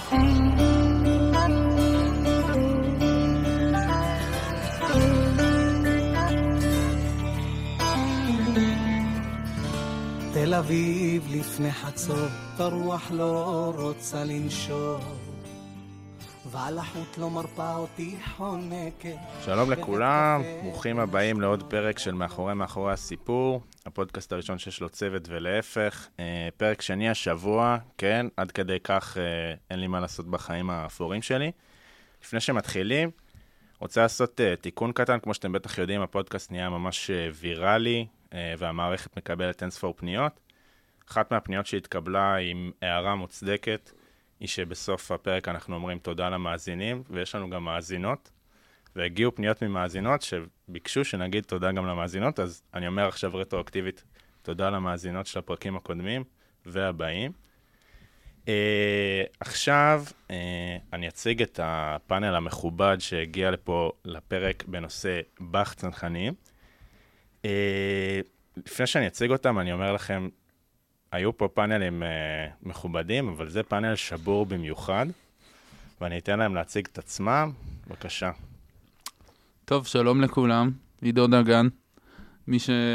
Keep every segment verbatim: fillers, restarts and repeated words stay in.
תל אביב לפני חצור, הרוח לא רוצה לנשור, ועל החוט לא מרפא אותי חונקת. שלום לכולם, ברוכים הבאים לעוד פרק של מאחורי מאחורי הסיפור, הפודקאסט הראשון שיש לו צוות ולהפך. פרק שני השבוע, כן, עד כדי כך אין לי מה לעשות בחיים האפורים שלי. לפני שמתחילים, רוצה לעשות תיקון קטן, כמו שאתם בטח יודעים, הפודקאסט נהיה ממש ויראלי, והמערכת מקבלת אינספור פניות. אחת מהפניות שהתקבלה עם הערה מוצדקת, היא שבסוף הפרק אנחנו אומרים תודה למאזינים, ויש לנו גם מאזינות, והגיעו פניות ממאזינות שביקשו שנגיד תודה גם למאזינות, אז אני אומר עכשיו רטרואקטיבית תודה למאזינות של הפרקים הקודמים והבאים. אה, עכשיו אה, אני אציג את הפאנל המכובד שהגיע לפה לפרק בנושא בח צנחנים. אה, לפני שאני אציג אותם, אני אומר לכם, היו פה פאנלים אה, מכובדים, אבל זה פאנל שבור במיוחד, ואני אתן להם להציג את עצמם. בבקשה. טוב, שלום לכולם, עידו דגן. מי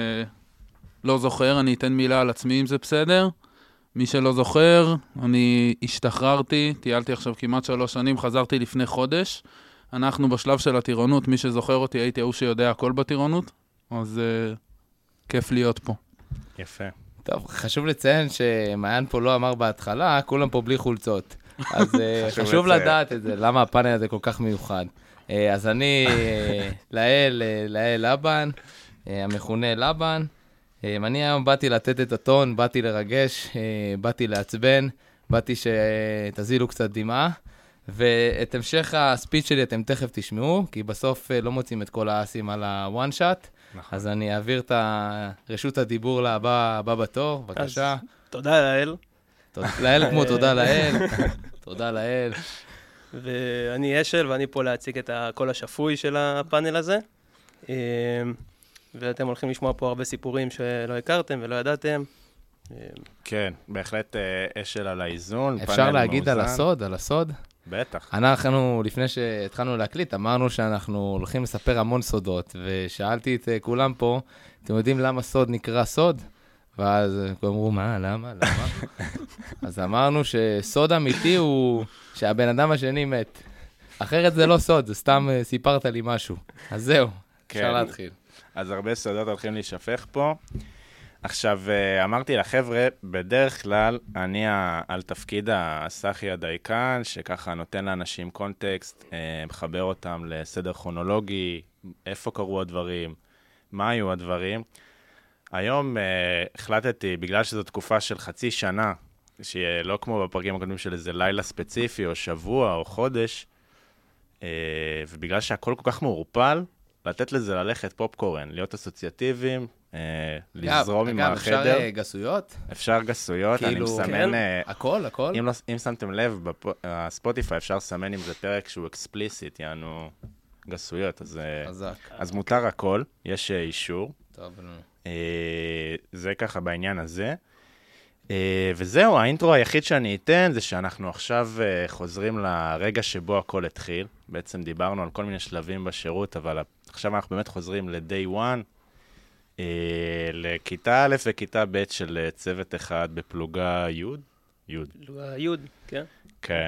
שלא זוכר, אני אתן מילה על עצמי אם זה בסדר. מי שלא זוכר, אני השתחררתי, טיילתי עכשיו כמעט שלוש שנים, חזרתי לפני חודש. אנחנו בשלב של הטירונות, מי שזוכר אותי, הייתי הוא שיודע הכל בטירונות, אז uh, כיף להיות פה. יפה. טוב, חשוב לציין שמעיין פה לא אמר בהתחלה, כולם פה בלי חולצות. אז חשוב, חשוב לדעת את זה, למה הפאנל הזה כל כך מיוחד. אז אני לאל, לאל לבן, המכונה לבן. אני היום באתי לתת את הטון, באתי לרגש, באתי לעצבן, באתי שתזילו קצת דמעה. ואת המשך הספיץ שלי אתם תכף תשמעו, כי בסוף לא מוצאים את כל האסים על הוואן שוט. אז אני אעביר את רשות הדיבור לבא בתור, בבקשה. תודה לאל. לאל כמו תודה לאל. תודה לאל. ואני אשל, ואני פה להציג את הקול השפוי של הפאנל הזה. ואתם הולכים לשמוע פה הרבה סיפורים שלא הכרתם ולא ידעתם. כן, בהחלט אשל על האיזון. אפשר להגיד על הסוד, על הסוד? בטח. אנחנו, לפני שהתחלנו להקליט, אמרנו שאנחנו הולכים לספר המון סודות, ושאלתי את כולם פה, אתם יודעים למה סוד נקרא סוד? ואז אמרו, מה, למה, למה? אז אמרנו שסוד אמיתי הוא שהבן אדם השני מת. אחרת זה לא סוד, זה סתם סיפרת לי משהו. אז זהו, אפשר להתחיל. אז הרבה סודות הולכים להישפך פה. עכשיו, אמרתי לחבר'ה, בדרך כלל אני על תפקיד הסחי הדייקן, שככה נותן לאנשים קונטקסט, מחבר אותם לסדר כרונולוגי, איפה קרו הדברים, מה היו הדברים. היום החלטתי, בגלל שזו תקופה של חצי שנה, שיהיה לא כמו בפרקים הקודמים של איזה לילה ספציפי, או שבוע, או חודש, ובגלל שהכל כל כך מעורפל, לתת לזה ללכת פופקורן, להיות אסוציאטיביים, לזרום עם החדר. אגב, אפשר גסויות? אפשר גסויות, אני מסמן... הכל, הכל? אם שמתם לב, בספוטיפיי אפשר לסמן אם זה פרק שהוא אקספליסיט, יענו גסויות, אז מותר הכל, יש אישור. טוב, זה ככה בעניין הזה. וזהו, האינטרו היחיד שאני אתן זה שאנחנו עכשיו חוזרים לרגע שבו הכל התחיל. בעצם דיברנו על כל מיני שלבים בשירות, אבל עכשיו אנחנו באמת חוזרים ל-day one, לכיתה א' וכיתה ב' של צוות אחד בפלוגה י' י'. פלוגה י', כן. כן.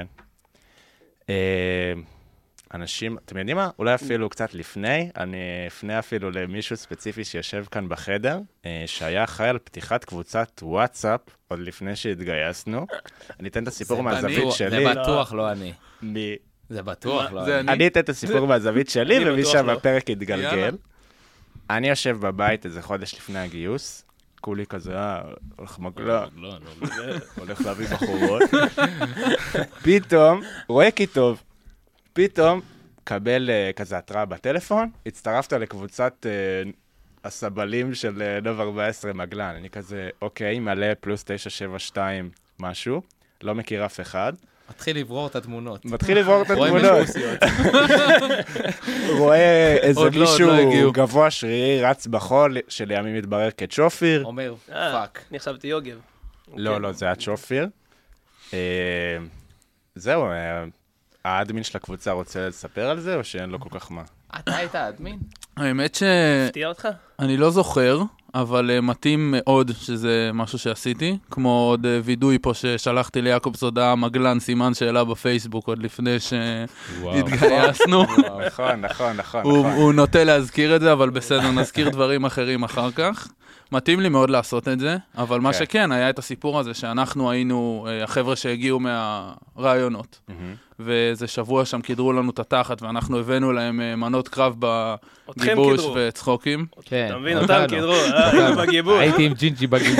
אנשים, אתם יודעים מה? אולי אפילו קצת לפני, אני אפנה אפילו למישהו ספציפי שיושב כאן בחדר, שהיה אחראי על פתיחת קבוצת וואטסאפ, עוד לפני שהתגייסנו. אני אתן את הסיפור מהזווית שלי. זה בטוח לא אני. מי? זה בטוח לא אני. אני אתן את הסיפור מהזווית שלי, ומשם הפרק יתגלגל. אני יושב בבית איזה חודש לפני הגיוס, כולי כזה, אה, הולך מגלה, הולך להביא בחורות. פתאום, רואה כי טוב, פתאום, קבל כזה התראה בטלפון, הצטרפת לקבוצת הסבלים של נוב ארבע עשרה מגלן. אני כזה, אוקיי, מלא פלוס תשע שבע שתיים משהו, לא מכיר אף אחד. מתחיל לברור את התמונות. מתחיל לברור את התמונות. רואה איזה מישהו גבוה שרירי רץ בחול, שלימים מתברר כצ'ופיר. אומר, פאק. אני חשבתי יוגב. לא, לא, זה היה צ'ופיר. זהו, האדמין של הקבוצה רוצה לספר על זה, או שאין לו כל כך מה? אתה היית האדמין? האמת ש... הפתיע אותך? אני לא זוכר, אבל uh, מתאים מאוד שזה משהו שעשיתי, כמו עוד uh, וידוי פה ששלחתי ליעקב סודה מגלן סימן שאלה בפייסבוק עוד לפני שהתגייסנו. נכון, נכון, נכון. הוא נוטה להזכיר את זה, אבל בסדר, נזכיר דברים אחרים אחר כך. מתאים לי מאוד לעשות את זה, אבל מה שכן, היה את הסיפור הזה שאנחנו היינו החבר'ה שהגיעו מהרעיונות, וזה שבוע שם קידרו לנו את התחת, ואנחנו הבאנו להם מנות קרב בגיבוש וצחוקים. אתה מבין, אותם קידרו, בגיבוש. הייתי עם ג'ינג'י בגיבוש.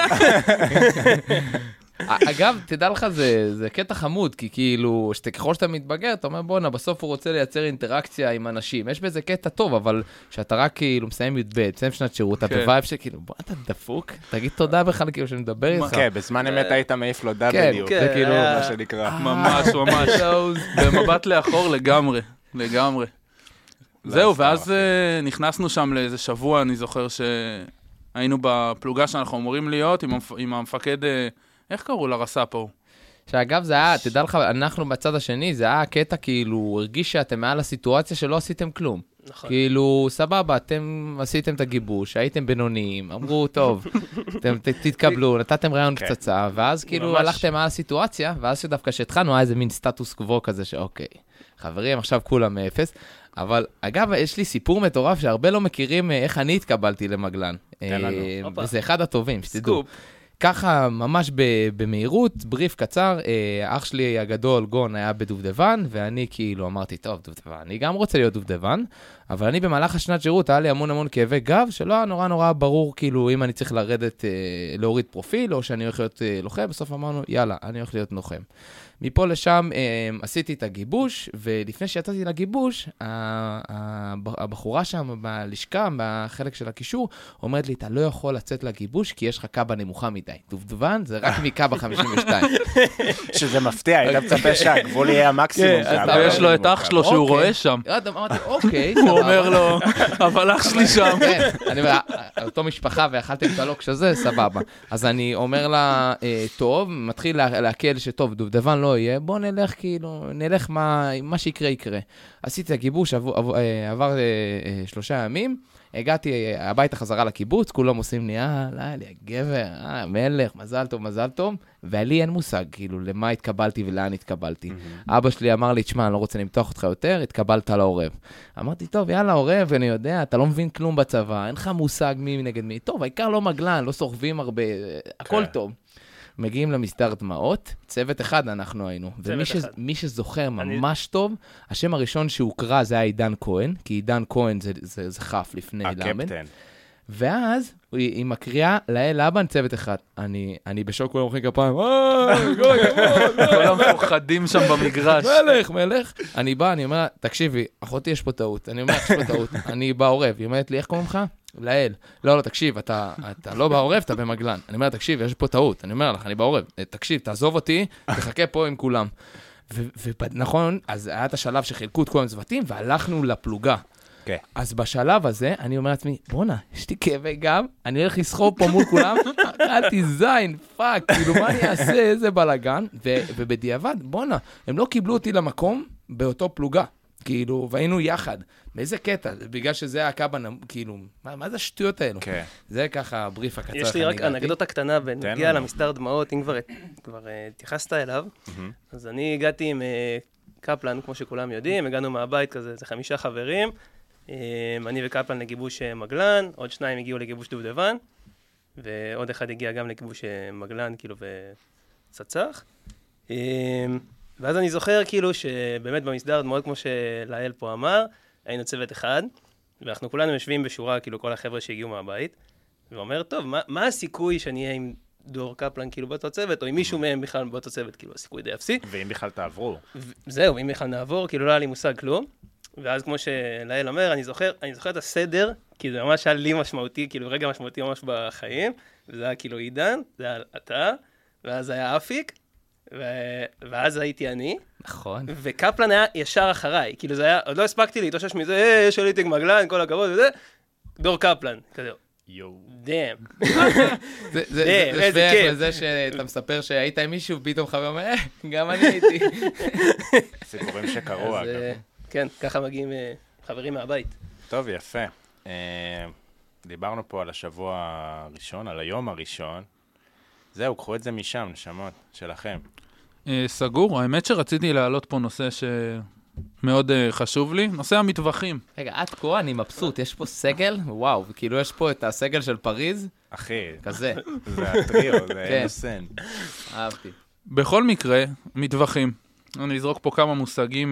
אגב, תדע לך, זה קטע חמוד, כי כאילו, ככל שאתה מתבגר, אתה אומר, בוא'נה, בסוף הוא רוצה לייצר אינטראקציה עם אנשים. יש בזה קטע טוב, אבל שאתה רק כאילו מסיים י"ב, מסיים שנת שירות, אתה בווייב שכאילו, בוא, אתה דפוק, תגיד תודה בכלל, כאילו, שאני מדבר איתך. כן, בזמן אמת היית מעיף לו דאבליו. כן, זה כאילו מה שנקרא. ממש, ממש. במבט לאחור לגמרי, לגמרי. זהו, ואז נכנסנו שם לאיזה שבוע, אני זוכר שהיינו בפלוגה שאנחנו אמורים להיות עם המפקד... איך קראו לרס"פ פה? שאגב זה היה, תדע לך, אנחנו בצד השני, זה היה הקטע כאילו, הרגיש שאתם מעל הסיטואציה שלא עשיתם כלום. נכון. כאילו, סבבה, אתם עשיתם את הגיבוש, הייתם בינוניים, אמרו, טוב, אתם תתקבלו, נתתם רעיון פצצה, ואז כאילו הלכתם מעל הסיטואציה, ואז שדווקא שהתחלנו, היה איזה מין סטטוס קוו כזה שאוקיי, חברים, עכשיו כולם אפס. אבל אגב, יש לי סיפור מטורף שהרבה לא מכירים איך אני התקבלתי למגלן. וזה אחד הטובים, שתדעו. ככה, ממש במהירות, בריף קצר, אח שלי הגדול, גון, היה בדובדבן, ואני כאילו אמרתי, טוב, דובדבן, אני גם רוצה להיות דובדבן, אבל אני במהלך השנת שירות, היה לי המון המון כאבי גב, שלא היה נורא נורא ברור, כאילו, אם אני צריך לרדת, להוריד פרופיל, או שאני הולך להיות לוחם, בסוף אמרנו, יאללה, אני הולך להיות לוחם. מפה לשם עשיתי את הגיבוש, ולפני שיצאתי לגיבוש, הבחורה שם בלשכה, בחלק של הקישור, אומרת לי, אתה לא יכול לצאת לגיבוש, כי יש לך קאבה נמוכה מדי. דובדבן זה רק מקאבה חמישים ושתיים. שזה מפתיע, היית מצפה שהגבול יהיה המקסימום. יש לו את אח שלו שהוא רואה שם. אמרתי, אוקיי. הוא אומר לו, אבל אח שלי שם. אני אומר, אותו משפחה, ואכלתם את הלוק שזה, סבבה. אז אני אומר לה, טוב, מתחיל להקל שטוב, דובדבן לא יהיה, בוא נלך כאילו, נלך מה, מה שיקרה יקרה. עשיתי הגיבוש, עבר, עבר, עבר שלושה ימים, הגעתי הביתה חזרה לקיבוץ, כולם עושים לי, אה, לא, לי הגבר, אה, מלך, מזל טוב, מזל טוב, ועלי אין מושג, כאילו, למה התקבלתי ולאן התקבלתי. Mm-hmm. אבא שלי אמר לי, תשמע, אני לא רוצה למתוח אותך יותר, התקבלת לעורב. אמרתי, טוב, יאללה, עורב, אני יודע, אתה לא מבין כלום בצבא, אין לך מושג מי נגד מי. טוב, העיקר לא מגלן, לא סוחבים הרבה, הכל טוב. מגיעים למסדר דמעות, צוות אחד אנחנו היינו. ומי ש... מי שזוכר ממש אני... טוב, השם הראשון שהוקרא זה היה עידן כהן, כי עידן כהן זה, זה, זה חף לפני למד. הקפטן. ואז היא מקריאה לאל אבן צוות אחד. אני, אני בשוק כולם מוחאים כפיים, כולם פוחדים שם במגרש. מלך, מלך. אני בא, אני אומר, תקשיבי, אחותי יש פה טעות. אני אומר, יש פה טעות. אני בעורב. היא אומרת לי, איך קוראים לך? לאל. לא, לא, תקשיב, אתה, אתה לא בעורב, אתה במגלן. אני אומר, תקשיב, יש פה טעות. אני אומר לך, אני בעורב. תקשיב, תעזוב אותי, תחכה פה עם כולם. ונכון, אז היה את השלב שחילקו את כל הצוותים, והלכנו לפלוגה. Okay. אז בשלב הזה, אני אומר לעצמי, בונה, יש לי כאבי גב, אני הולך לסחוב פה מול כולם, אכלתי זין, פאק, כאילו מה אני אעשה, איזה בלגן, ו- ובדיעבד, בונה, הם לא קיבלו אותי למקום באותו פלוגה, כאילו, והיינו יחד, באיזה קטע, בגלל שזה הקאבה, כאילו, מה, מה זה השטויות האלו? Okay. זה ככה הבריף הקצר. יש לי רק אנקדוטה קטנה, ונגיע למסדר דמעות, אם כבר, כבר התייחסת אליו, mm-hmm. אז אני הגעתי עם uh, קפלן, כמו שכולם יודעים, הגענו מהבית כזה, זה חמישה חברים, אני וקפלן לגיבוש מגלן, עוד שניים הגיעו לגיבוש דובדבן, ועוד אחד הגיע גם לגיבוש מגלן, כאילו, וצצח. ואז אני זוכר, כאילו, שבאמת במסדר דמעות, כמו שלאל פה אמר, היינו צוות אחד, ואנחנו כולנו יושבים בשורה, כאילו, כל החבר'ה שהגיעו מהבית, ואומר, טוב, מה, מה הסיכוי שאני אהיה עם דור קפלן, כאילו, באותו צוות, או עם מישהו מהם בכלל באותו צוות, כאילו, הסיכוי די אפסי. ואם בכלל תעברו. זהו, אם בכלל נעבור, כאילו, לא היה לי מושג כלום. ואז כמו שלאל אומר, אני זוכר, אני זוכר את הסדר, כי זה ממש היה לי משמעותי, כאילו רגע משמעותי ממש בחיים, וזה היה כאילו עידן, זה היה אתה, ואז היה אפיק, ו... ואז הייתי אני. נכון. וקפלן היה ישר אחריי, כאילו זה היה, עוד לא הספקתי להתאושש מזה, אה, יש עליתי מגלן, כל הכבוד וזה, דור קפלן, כזה, יואו. דאם. זה שווה לזה שאתה מספר שהיית עם מישהו, פתאום חבר אומר, אה, גם אני הייתי. סיפורים שקרו, אגב. כן, ככה מגיעים חברים מהבית. טוב, יפה. דיברנו פה על השבוע הראשון, על היום הראשון. זהו, קחו את זה משם, נשמות, שלכם. סגור, האמת שרציתי להעלות פה נושא שמאוד חשוב לי, נושא המטווחים. רגע, עד כה אני מבסוט, יש פה סגל, וואו, כאילו יש פה את הסגל של פריז. אחי. כזה. זה הטריו, זה נוסן. אהבתי. בכל מקרה, מטווחים. אני אזרוק פה כמה מושגים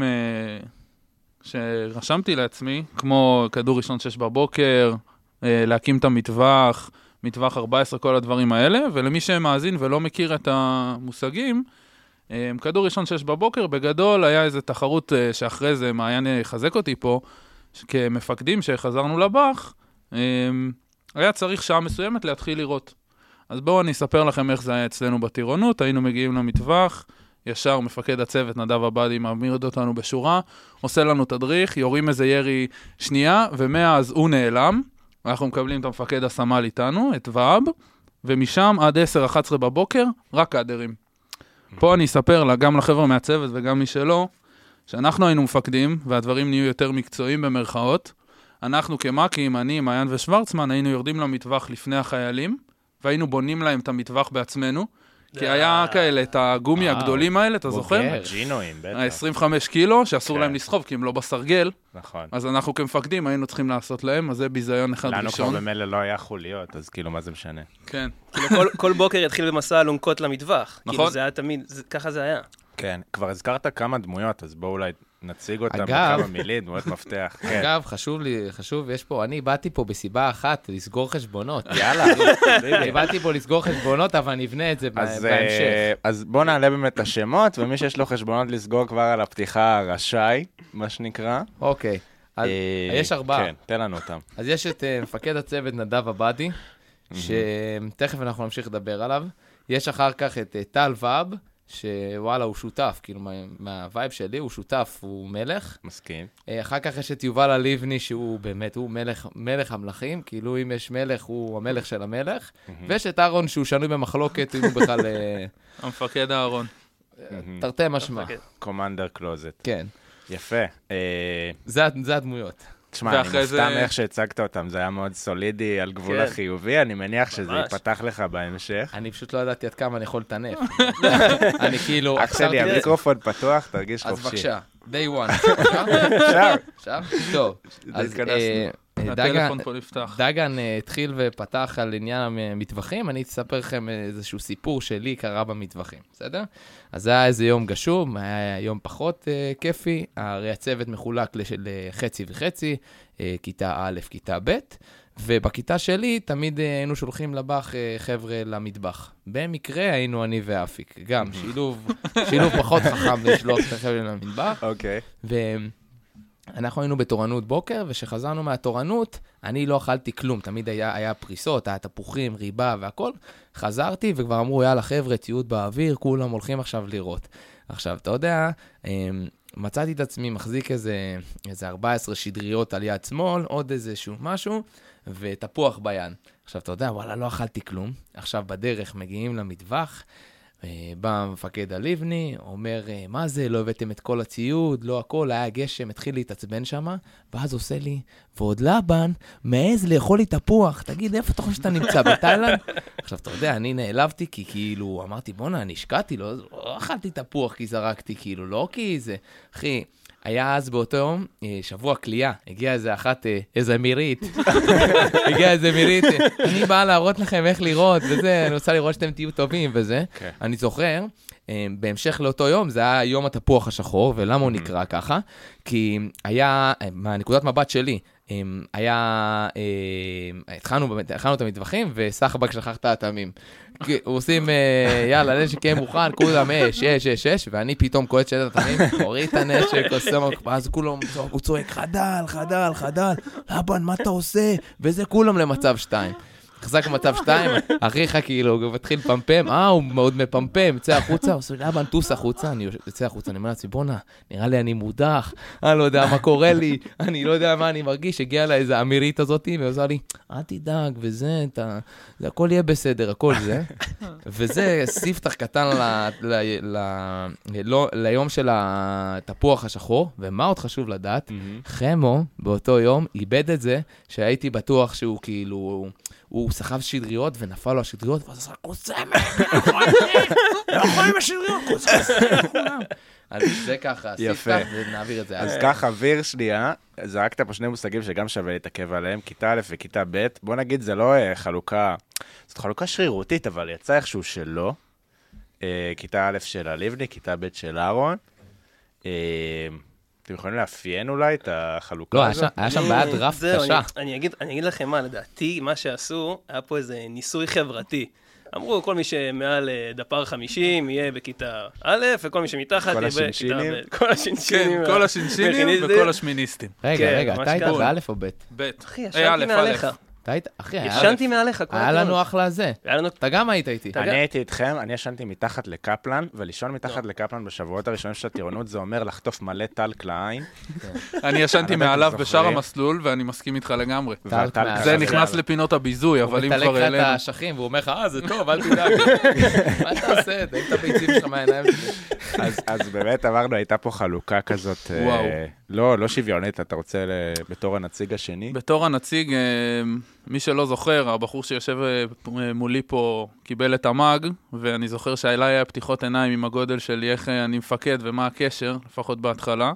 שרשמתי לעצמי, כמו כדור ראשון שש בבוקר, להקים את המטווח, מטווח ארבע עשרה, כל הדברים האלה, ולמי שמאזין ולא מכיר את המושגים, כדור ראשון שש בבוקר, בגדול היה איזו תחרות שאחרי זה מעיין יחזק אותי פה, כמפקדים שחזרנו לבח, היה צריך שעה מסוימת להתחיל לראות. אז בואו אני אספר לכם איך זה היה אצלנו בטירונות, היינו מגיעים למטווח, ישר מפקד הצוות נדב עבדי מעמיד אותנו בשורה, עושה לנו תדריך, יורים איזה ירי שנייה, ומאז הוא נעלם, אנחנו מקבלים את המפקד הסמל איתנו, את ואב, ומשם עד עשר אחת עשרה בבוקר, רק קאדרים. פה אני אספר לה, גם לחבר'ה מהצוות וגם מי שלא, שאנחנו היינו מפקדים, והדברים נהיו יותר מקצועיים במרכאות. אנחנו כמקים, אני, מעיין ושוורצמן, היינו יורדים למטווח לפני החיילים, והיינו בונים להם את המטווח בעצמנו, כי היה כאלה, את הגומי הגדולים האלה, אתה זוכר? הג'ינואים, בטח. ה-עשרים וחמש קילו, שאסור להם לסחוב, כי הם לא בסרגל. נכון. אז אנחנו כמפקדים היינו צריכים לעשות להם, אז זה ביזיון אחד ראשון. לנו כבר במילא לא היה חוליות, אז כאילו, מה זה משנה? כן. כל בוקר יתחיל במסע אלונקות למטווח. נכון. כאילו זה היה תמיד, ככה זה היה. כן, כבר הזכרת כמה דמויות, אז בואו אולי נציג אותם בכמה מילים, דמויות מפתח. אגב, חשוב לי, חשוב, יש פה, אני באתי פה בסיבה אחת, לסגור חשבונות. יאללה. אני באתי פה לסגור חשבונות, אבל נבנה את זה בהמשך. אז בואו נעלה באמת את השמות, ומי שיש לו חשבונות לסגור כבר על הפתיחה רשאי, מה שנקרא. אוקיי, אז יש ארבעה. כן, תן לנו אותם. אז יש את מפקד הצוות נדב עבדי, שתכף אנחנו נמשיך לדבר עליו. יש אחר כך את טל ואב, שוואלה, הוא שותף, כאילו מהווייב שלי, הוא שותף, הוא מלך. מסכים. אחר כך יש את יובל הליבני, שהוא באמת, הוא מלך, מלך המלכים, כאילו אם יש מלך, הוא המלך של המלך. ויש את אהרון, שהוא שנוי במחלוקת, אם הוא בכלל... המפקד אהרון. תרתי משמע. קומנדר קלוזט. כן. יפה. זה הדמויות. תשמע, אני מופתע מאיך שהצגת אותם, זה היה מאוד סולידי על גבול החיובי, אני מניח שזה ייפתח לך בהמשך. אני פשוט לא ידעתי עד כמה אני יכול לטנף. אני כאילו... אח שלי, המיקרופון פתוח, תרגיש חופשי. אז בבקשה, day one. אפשר? אפשר? טוב. אז הטלפון פה נפתח. דגן התחיל ופתח על עניין המטווחים, אני אספר לכם איזשהו סיפור שלי קרה במטווחים, בסדר? אז זה היה איזה יום גשום, היה יום פחות כיפי, הרי הצוות מחולק לחצי וחצי, כיתה א', כיתה ב', ובכיתה שלי תמיד היינו שולחים לבח חבר'ה למטבח. במקרה היינו אני ואפיק, גם שילוב, שילוב פחות חכם לשלוח את החבר'ה למטבח. אוקיי. אנחנו היינו בתורנות בוקר, ושחזרנו מהתורנות, אני לא אכלתי כלום, תמיד היה, היה פריסות, היה תפוחים, ריבה והכל. חזרתי וכבר אמרו, יאללה חבר'ה, ציוד באוויר, כולם הולכים עכשיו לראות. עכשיו, אתה יודע, מצאתי את עצמי מחזיק איזה, איזה ארבע עשרה שדריות על יד שמאל, עוד איזשהו משהו, ותפוח ביד. עכשיו, אתה יודע, וואלה, לא אכלתי כלום. עכשיו, בדרך מגיעים למטווח, בא מפקד הליבני, אומר, מה זה, לא הבאתם את כל הציוד, לא הכל, היה גשם, התחיל להתעצבן שם, ואז עושה לי, ועוד לבן, מעז לאכול לי תפוח, תגיד, איפה אתה חושב שאתה נמצא, בתאילנד? עכשיו, אתה יודע, אני נעלבתי, כי כאילו, אמרתי, בונה, אני השקעתי, לא, לא אכלתי תפוח, כי זרקתי, כאילו, לא כי זה, אחי, היה אז באותו יום, שבוע קליעה, הגיע איזה אחת, איזה מירית, הגיע איזה מירית, אני באה להראות לכם איך לראות, וזה, אני רוצה לראות שאתם תהיו טובים, וזה. אני זוכר, בהמשך לאותו יום, זה היה יום התפוח השחור, ולמה הוא נקרא ככה? כי היה, מהנקודת מבט שלי, היה, התחלנו, התחלנו את המטווחים, וסחבק שכח את האטמים. עושים, יאללה, נשק יהיה מוכן, כולם, שש, שש, שש, ואני פתאום קועץ שאת האטמים, הוריד את הנשק, עושה מקפה, אז כולם, הוא צועק, חדל, חדל, חדל, לבן, מה אתה עושה? וזה כולם למצב שתיים. חזק מצב שתיים, אחיך כאילו, הוא מתחיל פמפם, אה, הוא מאוד מפמפם, יצא החוצה, הוא עושה לי, אבא, נטוס החוצה, אני יוצא החוצה, אני אומר לעצמי, בונה, נראה לי אני מודח, אני לא יודע מה קורה לי, אני לא יודע מה אני מרגיש, הגיעה לה איזו אמירית הזאת, ועושה לי, אל תדאג, וזה, אתה, זה הכל יהיה בסדר, הכל זה. וזה ספתח קטן ל, ל, ל, לא, ליום של התפוח השחור, ומה עוד חשוב לדעת, mm-hmm. חמו באותו יום איבד את זה, שהייתי בטוח שהוא כאילו, הוא סחב שדריות ונפל לו השדריות, ואז עשה קוסמת, לא יכול עם השדריות, קוסמת, אז זה ככה, ספתח ונעביר את זה. אז ככה, אוויר שנייה, זרקת פה שני מושגים שגם שווה להתעכב עליהם, כיתה א' וכיתה ב', בוא נגיד, זה לא חלוקה, זאת חלוקה שרירותית, אבל יצא איכשהו שלא. כיתה א' של הליבני, כיתה ב' של אהרון. אתם יכולים לאפיין אולי את החלוקה הזאת? לא, היה שם בעיה דראפט קשה. אני אגיד לכם מה, לדעתי, מה שעשו, היה פה איזה ניסוי חברתי. אמרו, כל מי שמעל דפר חמישים יהיה בכיתה א', וכל מי שמתחת יהיה בכיתה ב'. כל השינשינים. כן, כל השינשינים וכל השמיניסטים. רגע, רגע, אתה היית באלף או ב'? ב'. אחי, ישנתי מעליך. אחי, ישנתי מעליך. היה לנו אחלה זה. אתה גם היית איתי. אני הייתי איתכם, אני ישנתי מתחת לקפלן, ולישון מתחת לקפלן בשבועות הראשונים של הטירונות, זה אומר לחטוף מלא טלק לעין. אני ישנתי מעליו בשאר המסלול, ואני מסכים איתך לגמרי. זה נכנס לפינות הביזוי, אבל אם כבר אלינו... הוא מתלק לך את השכים, והוא אומר לך, אה, זה טוב, אל תדאג. מה אתה עושה? תגיד את הביצים שלך מהעיניים שלי. אז באמת אמרנו, הייתה פה חלוקה כזאת, לא, לא שוויונית, אתה רוצה בתור הנציג השני? בתור הנציג, מי שלא זוכר, הבחור שיושב מולי פה קיבל את המאג, ואני זוכר שאליי היה פתיחות עיניים עם הגודל של איך אני מפקד ומה הקשר, לפחות בהתחלה.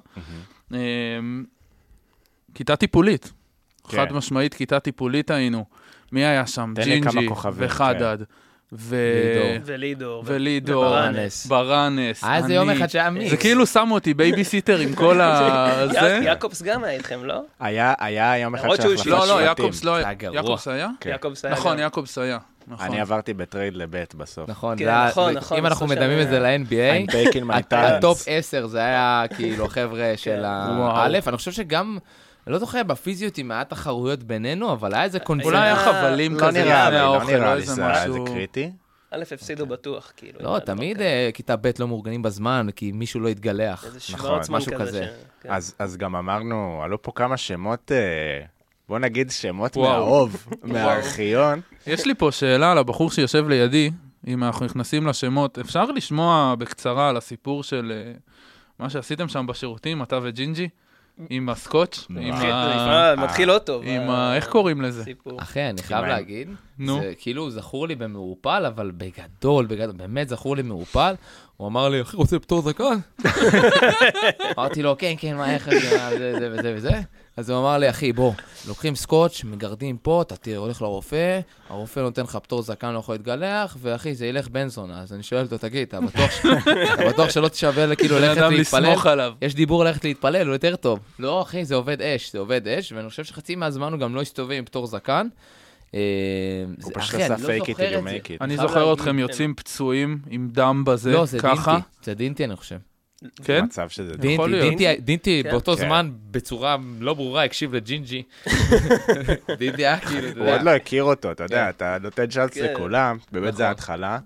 כיתה טיפולית. חד משמעית, כיתה טיפולית היינו. מי היה שם? ג'ינג'י וחדד. ולידור. ולידור. וברנס. ברנס. אה, זה יום אחד שהיה מיקס. זה כאילו שמו אותי בייביסיטר עם כל ה... יעקובס גם היה איתכם, לא? היה יום אחד של החלפת לא, לא, שבטים. יעקובס לא היה. יעקובס היה? יעקובס היה. נכון, יעקובס היה. אני עברתי בטרייד לבית בסוף. נכון, אם אנחנו מדמים את זה ל-אן בי איי, הטופ עשר זה היה כאילו החבר'ה של האלף. אני חושב שגם... אני לא זוכר בפיזיות עם מעט תחרויות בינינו, אבל היה איזה קונצנט. אולי היה חבלים כזה לפני האוכל, לא איזה משהו. זה קריטי. א', הפסידו בטוח, כאילו. לא, תמיד כיתה ב' לא מאורגנים בזמן, כי מישהו לא התגלח. איזה שבועות זמן כזה. אז גם אמרנו, עלו פה כמה שמות, בוא נגיד שמות מהאוב, מהארכיון. יש לי פה שאלה על הבחור שיושב לידי, אם אנחנו נכנסים לשמות, אפשר לשמוע בקצרה על הסיפור של מה שעשיתם שם בשירותים, אתה וג'ינג'י? עם הסקוץ', עם ה... מתחיל לא טוב. איך קוראים לזה? אחי, אני חייב להגיד, זה כאילו זכור לי במעופל, אבל בגדול, בגדול, באמת זכור לי מעופל. הוא אמר לי, אחי, רוצה פטור זקן? אמרתי לו, כן, כן, מה, איך זה, זה וזה וזה? אז הוא אמר לי, אחי, בוא, לוקחים סקוץ', מגרדים פה, אתה תראה, הולך לרופא, הרופא נותן לך פטור זקן, לא יכול להתגלח, ואחי, זה ילך בנסון. אז אני שואל אותו, תגיד, אתה בטוח שלא תשווה כאילו ללכת להתפלל? יש דיבור ללכת להתפלל, הוא יותר טוב. לא, אחי, זה עובד אש, זה עובד אש, ואני חושב שחצי מהזמן הוא גם לא הסתובב עם פטור זקן. הוא פשוט עשה fake it till you make it. אני זוכר אתכם יוצאים פצועים עם דם בזה, ככה. לא, זה דינטי, אני חושב. כן? מצב שזה דינטי, דינטי באותו זמן בצורה לא ברורה הקשיב לג'ינג'י. דינטי היה כאילו, אתה יודע. הוא עוד לא הכיר אותו, אתה יודע, אתה נותן צ'אנס לכולם, באמת זה ההתחלה.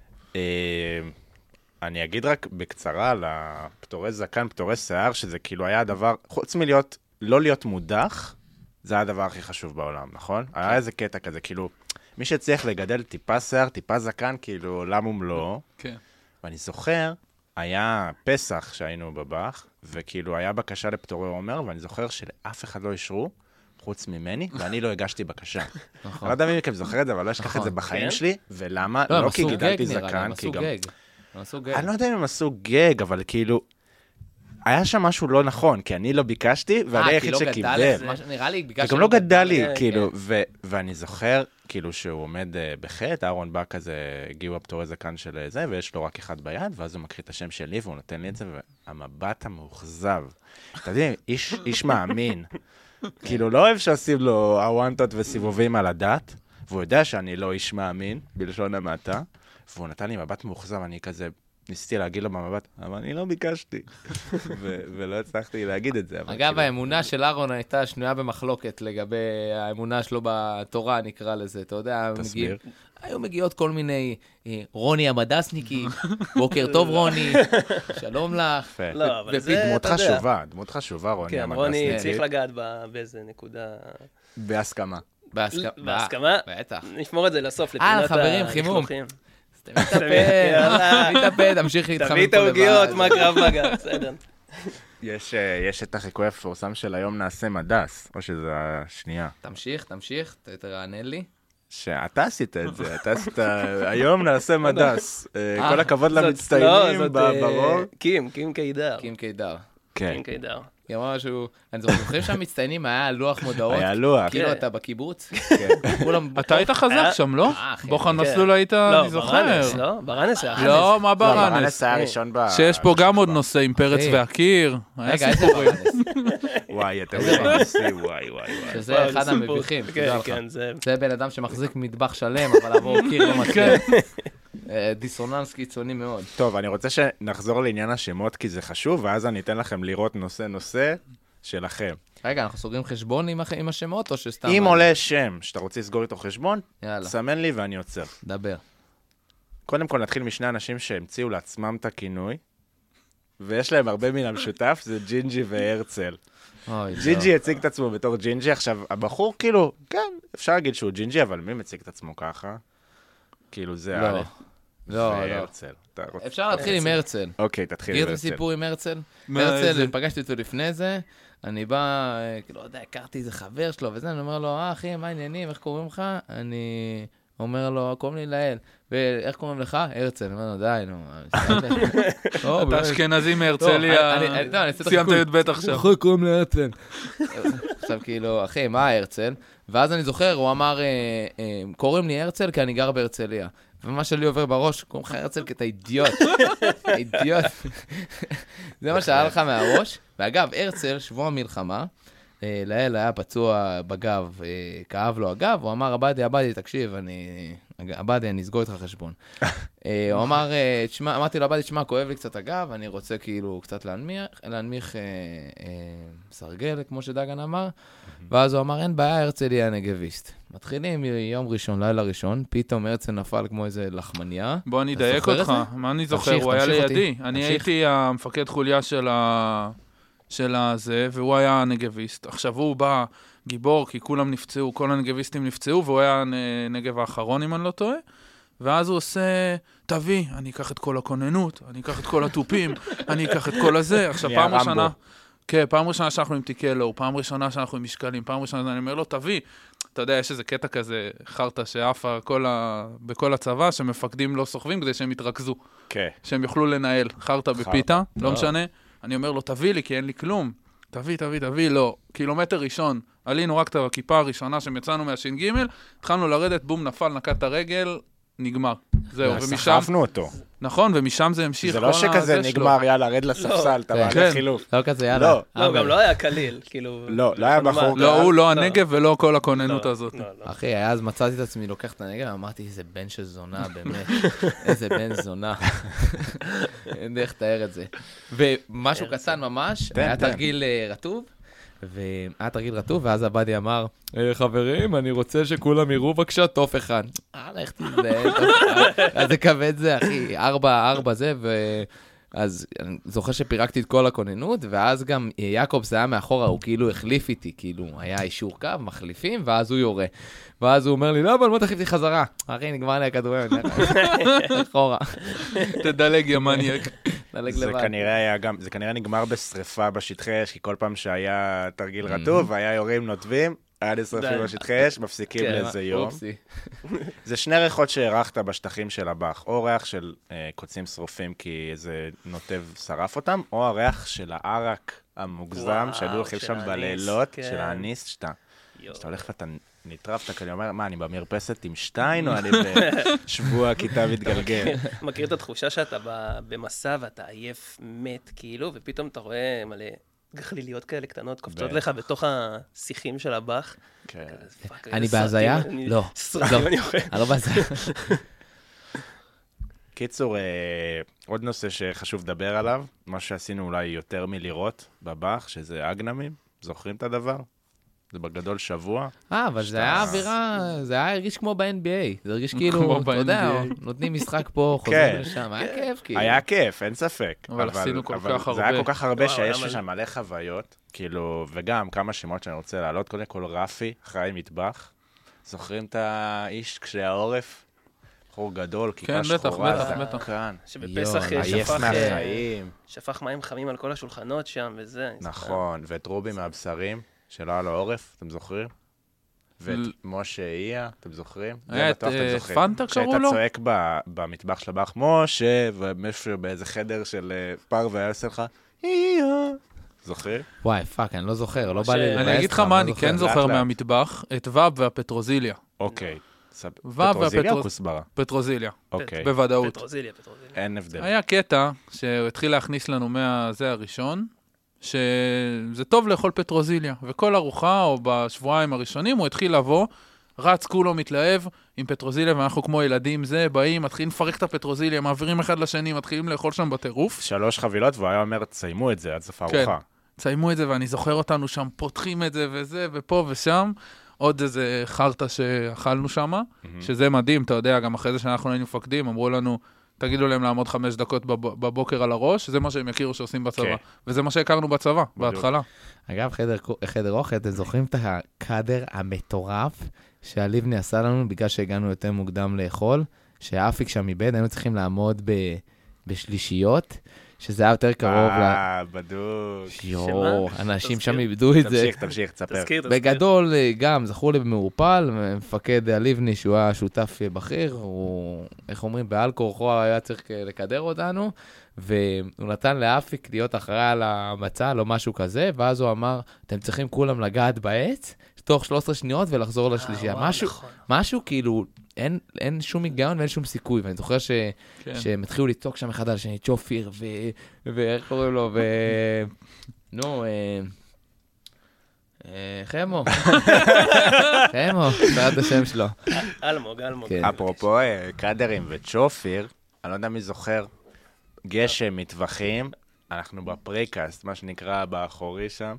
אני אגיד רק בקצרה על הפטורי זקן, פטורי שיער, שזה כאילו היה הדבר, חוץ מלהיות, לא להיות מודח, זה הדבר הכי חשוב בעולם, נכון? היה איזה קטע כזה, כאילו, מי שצריך לגדל טיפה שיער, טיפה זקן, כאילו, עולם ומלואו. כן. ואני זוכר, היה פסח שהיינו בבח, וכאילו היה בקשה לפטורי עומר, ואני זוכר שלאף אחד לא אישרו, חוץ ממני, ואני לא הגשתי בקשה. אני לא יודע מי מכם זוכר את זה, אבל לא אשכח את זה בחיים שלי, ולמה? לא כי גידלתי זקן, כי גם... אני לא יודע אם הם עשו גג, אבל כאילו... היה שם משהו לא נכון, כי אני לא ביקשתי, ואני היחיד שקיבל. נראה לי, ביקשתי... וגם לא גדל לי, כאילו, ואני זוכר, כאילו, שהוא עומד בחטא, אהרון בא כזה, הגיעו הפטורי זקן של זה, ויש לו רק אחד ביד, ואז הוא מקריא את השם שלי, והוא נותן לי את זה, והמבט המאוכזב. אתה יודע, איש מאמין. כאילו, לא אוהב שעושים לו הוואנטות וסיבובים על הדת, והוא יודע שאני לא איש מאמין, בלשון המעטה, והוא נתן לי מבט מאוכזב, אני כזה... ניסיתי להגיד לו במבט, אבל אני לא ביקשתי. ולא הצלחתי להגיד את זה. אגב, האמונה של אהרון הייתה שנויה במחלוקת לגבי האמונה שלו בתורה, נקרא לזה. אתה יודע, תסביר. היו מגיעות כל מיני, רוני המדסניקי, בוקר טוב רוני, שלום לך. לא, אבל זה, דמות חשובה, דמות חשובה, רוני כן, המדסניקי. רוני צריך לגעת באיזה נקודה... בהסכמה. בהסכמה? בטח. נשמור את זה לסוף, לפינת חברים, חימום. תמיד תפה, תמשיך להתחמם תביא את העוגיות, מה קרב מגע, בסדר. יש את החיקוי המפורסם של היום נעשה מדס, או שזה השנייה. תמשיך, תמשיך, תרענן לי. שאתה עשית את זה, אתה עשית, היום נעשה מדס. כל הכבוד למצטיינים ברוב. קים, קים קידר. קים קידר. קים קידר. היא אמרה שהוא, אני זוכרים שהמצטיינים היה לוח מודעות. היה לוח. כאילו אתה בקיבוץ. אתה היית חזק שם, לא? בוחן מסלול היית, אני זוכר. ברנס, לא? ברנס היה. לא, מה ברנס? ברנס היה ראשון ב... שיש פה גם עוד נושא עם פרץ והקיר. רגע, איזה ברנס? וואי, אתה מנסי, וואי, וואי. שזה אחד המביכים. זה בן אדם שמחזיק מטבח שלם, אבל עבור קיר לא מצליח. דיסוננס קיצוני מאוד. טוב, אני רוצה שנחזור לעניין השמות, כי זה חשוב, ואז אני אתן לכם לראות נושא-נושא שלכם. רגע, אנחנו סוגרים חשבון עם השמות, או שסתם... אם עולה שם שאתה רוצה לסגור איתו חשבון, יאללה. סמן לי ואני עוצר. דבר. קודם כל נתחיל משני אנשים שהמציאו לעצמם את הכינוי, ויש להם הרבה מן המשותף, זה ג'ינג'י והרצל. ג'ינג'י הציג את עצמו בתור ג'ינג'י, עכשיו הבחור כאילו, כן, אפשר להגיד שהוא ג'ינג'י, אבל מי מציג את עצמו ככה? כאילו זה... לא, לא, והרצל. אפשר להתחיל עם הרצל. אוקיי, תתחיל עם הרצל. מכיר את הסיפור עם הרצל? הרצל, פגשתי אותו לפני זה, אני בא, כאילו, לא יודע, הכרתי איזה חבר שלו וזה, אני אומר לו, אה, אחי, מה העניינים, איך קוראים לך? אני אומר לו, קוראים לי לאל. ואיך קוראים לך? הרצל. אני אומר לו, די, נו. אתה אשכנזי מהרצליה, סיימת י"ב עכשיו. אחי, קוראים לי הרצל. עכשיו, כאילו, אחי, מה הרצל? ואז אני זוכר, הוא אמר, קוראים לי הרצל כי אני גר בהרצליה. ומה שלי עובר בראש, קוראים לך הרצל כי אתה אידיוט. אידיוט. זה מה שהיה לך מהראש. ואגב, הרצל, שבוע המלחמה, לאל היה פצוע בגב, כאב לו הגב, הוא אמר, עבדי, עבדי, תקשיב, אני... עבדי, אני אסגור איתך חשבון. הוא אמר, אמרתי לו, עבדי, תשמע, כואב לי קצת הגב, אני רוצה כאילו קצת להנמיך, להנמיך סרגל, כמו שדגן אמר, ואז הוא אמר, אין בעיה, הרצל יהיה הנגביסט. מתחילים יום ראשון, לילה ראשון, פתאום הרצל נפל כמו איזה לחמניה. בוא אני אדייק אותך, מה אני זוכר, הוא היה לידי. אני הייתי המפקד חוליה של ה... של הזה, והוא היה נגביסט. עכשיו הוא בא גיבור, כי כולם נפצעו, כל הנגביסטים נפצעו, והוא היה נגב האחרון, אם אני לא טועה. ואז הוא עושה, תביא, אני אקח את כל הכוננות, אני אקח את כל הטופים, אני אקח את כל הזה. עכשיו פעם ראשונה, כן, פעם ראשונה שאנחנו עם תיקלו, פעם ראשונה שאנחנו עם משקלים, פעם ראשונה אני אומר לו, תביא. אתה יודע, יש איזה קטע כזה, חרטה שאפה בכל הצבא, שמפקדים לא סוחבים כדי שהם יתרכזו. כן. שהם יוכלו לנהל חרטה בפיתה, לא משנה. אני אומר לו, תביא לי, כי אין לי כלום. תביא, תביא, תביא, לא. קילומטר ראשון, עלינו רק את הכיפה הראשונה שמצאנו מהשין ג', התחלנו לרדת, בום, נפל, נקד את הרגל, נגמר. זהו, ומשם... סחפנו אותו. נכון, ומשם זה המשיך. זה לא שכזה נגמר, יאללה, רד לספסל, אתה מעלה חילוף. לא כזה, יאללה. לא, גם לא היה קליל, כאילו... לא, לא היה בחור. לא, הוא לא הנגב ולא כל הכוננות הזאת. אחי, אז מצאתי את עצמי, לוקח את הנגב, אמרתי, איזה בן של זונה, באמת. איזה בן זונה. אין דרך לתאר את זה. ומשהו קטן ממש, היה תרגיל רטוב, והיה תרגיל רטוב, ואז עבדי אמר, חברים, אני רוצה שכולם יראו בבקשה תוף אחד. אה, לך תזדהה, תוף אחד. אז זה כבד זה, אחי, ארבע, ארבע זה, אז אני זוכר שפירקתי את כל הכוננות, ואז גם יעקב זה היה מאחורה, הוא כאילו החליף איתי, כאילו היה אישור קו, מחליפים, ואז הוא יורה. ואז הוא אומר לי, לא, אבל מה תחליף לי חזרה? אחי, נגמר לי הכדורים, אחורה. תדלג, יא מניאק. זה כנראה היה גם, זה כנראה נגמר בשריפה בשטחי אש, כי כל פעם שהיה תרגיל רטוב, היה יורים נוטבים, היה לשרפים בשטחי אש, מפסיקים לאיזה יום. זה שני ריחות שהערכת בשטחים של הבח, או ריח של קוצים שרופים כי איזה נוטב שרף אותם, או הריח של הערק המוגזם, שהיו הולכים שם בלילות, של האניס, שאתה הולך ואתה נטרף, אתה כזה אומר, מה, אני במרפסת עם שטיין, או אני בשבוע כיתה מתגלגל? מכיר את התחושה שאתה במסע ואתה עייף מת, כאילו, ופתאום אתה רואה מלא גחליליות כאלה קטנות, קופצות לך בתוך השיחים של הבח. אני בהזיה? לא. אני לא בהזיה. קיצור, עוד נושא שחשוב לדבר עליו, מה שעשינו אולי יותר מלראות בבח, שזה אגנמים, זוכרים את הדבר? זה בגדול שבוע. אה, אבל זה היה אווירה, זה היה הרגיש כמו ב-אן בי איי. זה הרגיש כאילו, אתה יודע, נותנים משחק פה, חוזרים לשם, היה כיף. היה כיף, אין ספק. אבל עשינו כל כך הרבה. זה היה כל כך הרבה שיש שם מלא חוויות, כאילו, וגם כמה שמות שאני רוצה להעלות, קודם כל רפי, אחראי מטבח. זוכרים את האיש כשהעורף? חור גדול, כיפה שחורה, זקן. שבפסח שפך מים חמים על כל השולחנות שם וזה. נכון, ואת רובי מהבשרים. שלא היה לו עורף, אתם זוכרים? ואת משה איה, אתם זוכרים? היה את פנטה קראו לו? כשהיית צועק במטבח של הבח, משה, ומשהו באיזה חדר של פר והיה עושה לך, איה. זוכרים? וואי, פאק, אני לא זוכר, לא בא לי... אני אגיד לך מה, אני כן זוכר מהמטבח, את ווב והפטרוזיליה. אוקיי. פטרוזיליה או כוסברה? פטרוזיליה. אוקיי. בוודאות. פטרוזיליה, פטרוזיליה. אין הבדל. היה קטע שהתחיל להכניס לנו מהזה הראשון, שזה טוב לאכול פטרוזיליה, וכל ארוחה, או בשבועיים הראשונים, הוא התחיל לבוא, רץ כולו מתלהב עם פטרוזיליה, ואנחנו כמו ילדים זה, באים, מתחילים לפרק את הפטרוזיליה, מעבירים אחד לשני, מתחילים לאכול שם בטירוף. שלוש חבילות, והוא היה אומר, תסיימו את זה עד סוף הארוחה. כן, תסיימו את זה, ואני זוכר אותנו שם, פותחים את זה וזה, ופה ושם, עוד איזה חרטה שאכלנו שם, שזה מדהים, אתה יודע, גם אחרי זה שאנחנו היינו מפקדים, אמרו לנו, תגידו להם לעמוד חמש דקות בבוקר על הראש, זה מה שהם יכירו שעושים בצבא. וזה מה שהכרנו בצבא, בהתחלה. אגב, חדר אוכל, אתם זוכרים את הקאדר המטורף שהליבני עשה לנו בגלל שהגענו יותר מוקדם לאכול, שהאפיק שם מבד, היינו צריכים לעמוד בשלישיות, שזה היה יותר קרוב ל... אה, בדוק. יואו, אנשים שם איבדו את זה. תמשיך, תמשיך, תספר. בגדול, גם, זכור לי במעורפל, מפקד הליבני, שהוא היה שותף בכיר, הוא, איך אומרים, בעל כורחו היה צריך לקדר אותנו, והוא נתן לאפיק להיות אחראי על המצע, לא משהו כזה, ואז הוא אמר, אתם צריכים כולם לגעת בעץ, תוך שלוש עשרה שניות ולחזור לשלישייה. משהו, משהו כאילו... אין, אין שום היגיון ואין שום סיכוי, ואני זוכר ש, כן. שהם התחילו לצעוק שם אחד על השני, צ'ופיר, ו... ואיך קוראים לו, ו... נו, אה... אה... חמו. חמו, קראת השם שלו. אלמוג, אלמוג. כן. אפרופו קדרים וצ'ופיר, אני לא יודע מי זוכר, גשם, מטווחים, אנחנו בפריקאסט, מה שנקרא באחורי שם,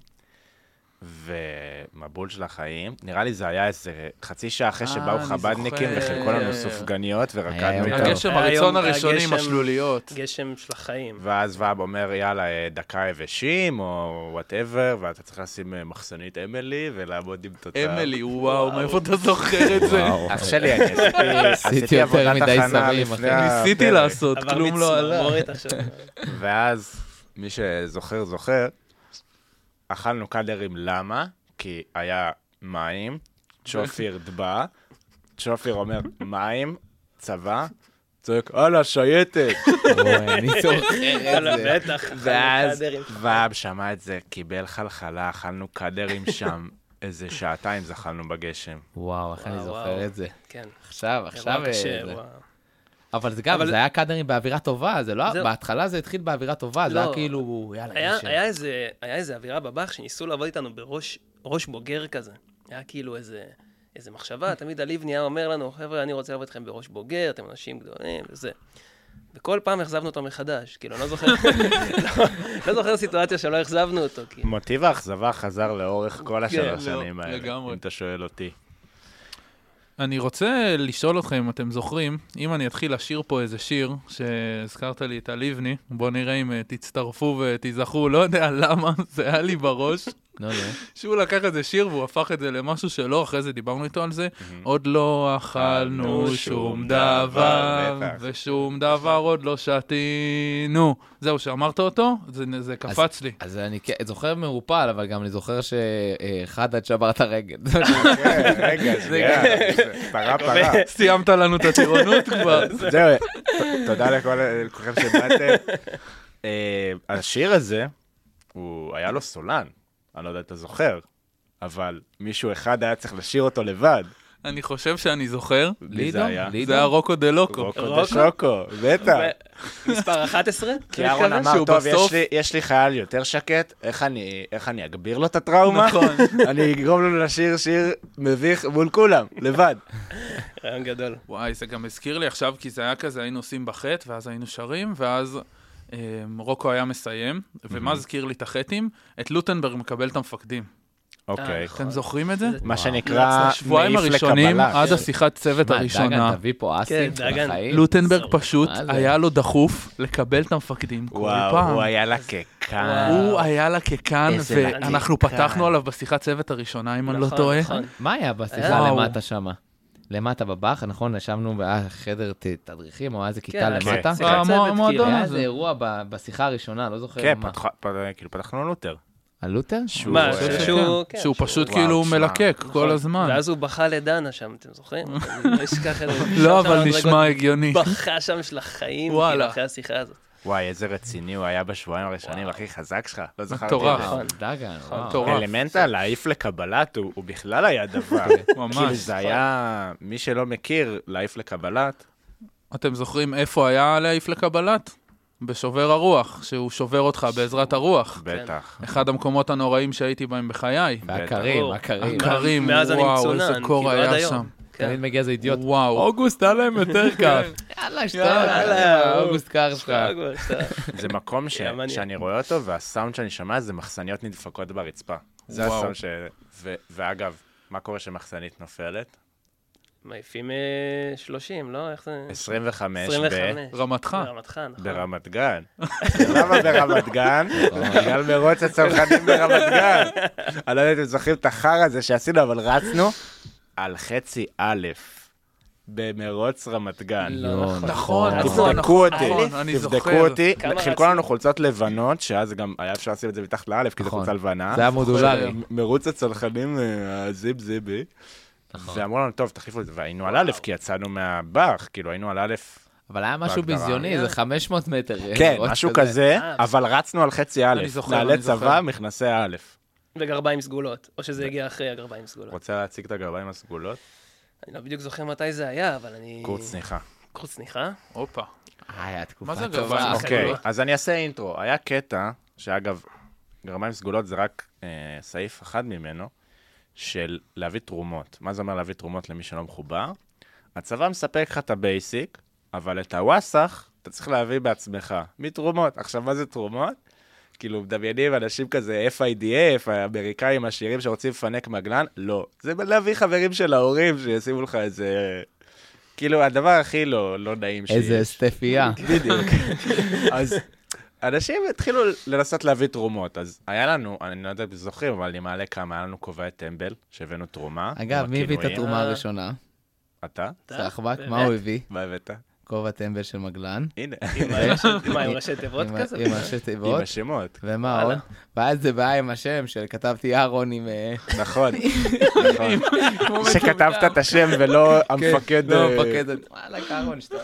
ומבול של החיים, נראה לי זה היה איזה חצי שעה אחרי שבאו חבדניקים וחלקו לנו סופגניות ורקדנו איתו. הגשם הראשון הראשוני עם השלוליות. גשם של החיים. ואז ואב אומר, יאללה, דקה יבשים או whatever, ואתה צריך לשים מחסנית אמילי ולעבוד עם תוצאה. אמילי, וואו, מאיפה אתה זוכר את זה? אח שלי, אני עשיתי עבודת הכנה לפני... ניסיתי לעשות, כלום לא עלה. ואז מי שזוכר, זוכר, אכלנו קדרים, למה? כי היה מים, צ'ופיר דבא, צ'ופיר אומר מים, צבא, צועק, הלאה, שייטת. אני זוכר את זה. בטח, ואז ואב שמע את זה, קיבל חלחלה, אכלנו קדרים שם, איזה שעתיים זכלנו בגשם. וואו, איך אני זוכר את זה. כן. עכשיו, עכשיו... אבל זה גם, זה היה קאדרים באווירה טובה, זה לא, בהתחלה זה התחיל באווירה טובה, זה היה כאילו, יאללה, גשם. היה איזה אווירה בבח שניסו לעבוד איתנו בראש בוגר כזה. היה כאילו איזה מחשבה, תמיד הליבני היה אומר לנו, חבר'ה, אני רוצה לעבוד אתכם בראש בוגר, אתם אנשים גדולים וזה. וכל פעם החזבנו אותו מחדש, כאילו, לא זוכר, לא זוכר סיטואציה שלא החזבנו אותו. מוטיב האכזבה חזר לאורך כל השלוש שנים האלה, אם אתה שואל אותי. אני רוצה לשאול אתכם אם אתם זוכרים, אם אני אתחיל לשיר פה איזה שיר שהזכרת לי את הליבני, בואו נראה אם תצטרפו ותזכרו, לא יודע למה, זה היה לי בראש. לא, לא. שהוא לקח איזה שיר והוא הפך את זה למשהו שלא, אחרי זה דיברנו איתו על זה, עוד לא אכלנו שום דבר, ושום דבר עוד לא שתינו. זהו, שאמרת אותו, זה קפץ לי. אז אני זוכר מעופל, אבל גם אני זוכר שאחד עד שבר את הרגל. רגע, שנייה, פרה פרה. סיימת לנו את הטירונות כבר. זהו, תודה לכולכם שבאתם. השיר הזה, הוא היה לו סולן. אני לא יודע, אתה זוכר, אבל מישהו אחד היה צריך לשיר אותו לבד. אני חושב שאני זוכר. מי זה היה? זה היה רוקו דה לוקו. רוקו דה שוקו, בטח. מספר אחת עשרה? כי אהרון אמר, טוב, יש לי חייל יותר שקט, איך אני אגביר לו את הטראומה? נכון. אני אגרום לו לשיר שיר מביך מול כולם, לבד. רעיון גדול. וואי, זה גם הזכיר לי עכשיו, כי זה היה כזה, היינו עושים בחט, ואז היינו שרים, ואז רוקו היה מסיים, ומה הזכיר לי את החטים? את לוטנברג מקבל את המפקדים. אוקיי. אתם זוכרים את זה? מה שנקרא שבועיים הראשונים, עד השיחת צוות הראשונה. מה, דגן, תביא פה אסים בחיים? לוטנברג פשוט היה לו דחוף לקבל את המפקדים כל פעם. וואו, הוא היה לקקן. הוא היה לקקן, ואנחנו פתחנו עליו בשיחת צוות הראשונה, אם אני לא טועה. מה היה בשיחה למטה שם? למטה בבח, נכון? ישבנו בחדר תדריכים, או היה איזה כיתה למטה. המועדון היה הזה. איזה אירוע בשיחה הראשונה, לא זוכר כן, מה. כאילו פתחנו לוטר. הלוטר? מה, שהוא פשוט כאילו מלקק כל הזמן. ואז הוא בכה לדנה שם, אתם זוכרים? לא, אבל נשמע הגיוני. בכה שם של החיים, כאילו, אחרי השיחה הזאת. וואי, איזה רציני הוא היה בשבועיים הראשונים, הכי חזק שלך. לא זכרתי. מטורף. דגן, אלמנטה, להעיף לקבלת, הוא בכלל היה דבר. ממש. כאילו זה היה, מי שלא מכיר, להעיף לקבלת. אתם זוכרים איפה היה להעיף לקבלת? בשובר הרוח, שהוא שובר אותך בעזרת הרוח. בטח. אחד המקומות הנוראים שהייתי בהם בחיי. והקרים, הקרים. הקרים, מאז אני וואו, מצונן, איזה קור כאילו, עד היה היום. שם. תמיד מגיע איזה אידיוט. וואו. אוגוסט, היה להם יותר קר. יאללה, שטר. אוגוסט קר שלך. זה מקום שאני רואה אותו, והסאונד שאני שומע זה מחסניות נדפקות ברצפה. זה הסאונד ש... ואגב, מה קורה שמחסנית נופלת? מעיפים שלושים, לא? איך זה? עשרים וחמש ברמתך. ברמתך, נכון. ברמת גן. למה ברמת גן? בגלל מרוץ הצנחנים ברמת גן. אני לא יודע אם אתם זוכרים את החר הזה שעשינו, אבל רצנו על חצי א' במרוץ רמת גן. נכון, תבדקו אותי, אני תבדקו אותי. חילקו לנו חולצות לבנות, שאז גם היה אפשר לשים את זה מתחת לאלף, כי זה חולצה לבנה. זה היה מודולרי. מרוץ הצנחנים, זיב זיבי. ואמרו לנו, טוב, תחליפו את זה, והיינו על א', כי יצאנו מהבח, כאילו היינו על א'. אבל היה משהו ביזיוני, זה חמש מאות מטר. כן, משהו כזה, אבל רצנו על חצי א', נעלי צבא, מכנסי א'. וגרביים סגולות, או שזה הגיע אחרי הגרביים סגולות. רוצה להציג את הגרביים הסגולות? אני לא בדיוק זוכר מתי זה היה, אבל אני... קורט צניחה. קורט צניחה? הופה. היה תקופה מה זה טובה. גרביים אוקיי, אז אני אעשה אינטרו. היה קטע, שאגב, גרביים סגולות זה רק סעיף אחד ממנו, של להביא תרומות. מה זה אומר להביא תרומות למי שלא מחובר? הצבא מספק לך את הבייסיק, אבל את הווסח אתה צריך להביא בעצמך. מתרומות. עכשיו, מה זה תרומות? כאילו, מדמיינים אנשים כזה, F I D F, האמריקאים עשירים שרוצים לפנק מגלן? לא. זה להביא חברים של ההורים שישימו לך איזה... כאילו, הדבר הכי לא, לא נעים שיש. איזה סטפייה. בדיוק. אז אנשים התחילו לנסות להביא תרומות, אז היה לנו, אני לא יודע אם זוכרים, אבל אני מעלה כמה, היה לנו כובעי טמבל, שהבאנו תרומה. אגב, מי הביא את התרומה הראשונה? אתה? סחבק, מה הוא הביא? מה הבאת? כובע טמבל של מגלן. הנה. מה, עם ראשי תיבות כזה? עם ראשי תיבות. עם השמות. ומה עוד? ואז זה בא עם השם שכתבתי אהרון עם... נכון. שכתבת את השם ולא המפקד... לא, המפקד... וואלה, אהרון, שאתה...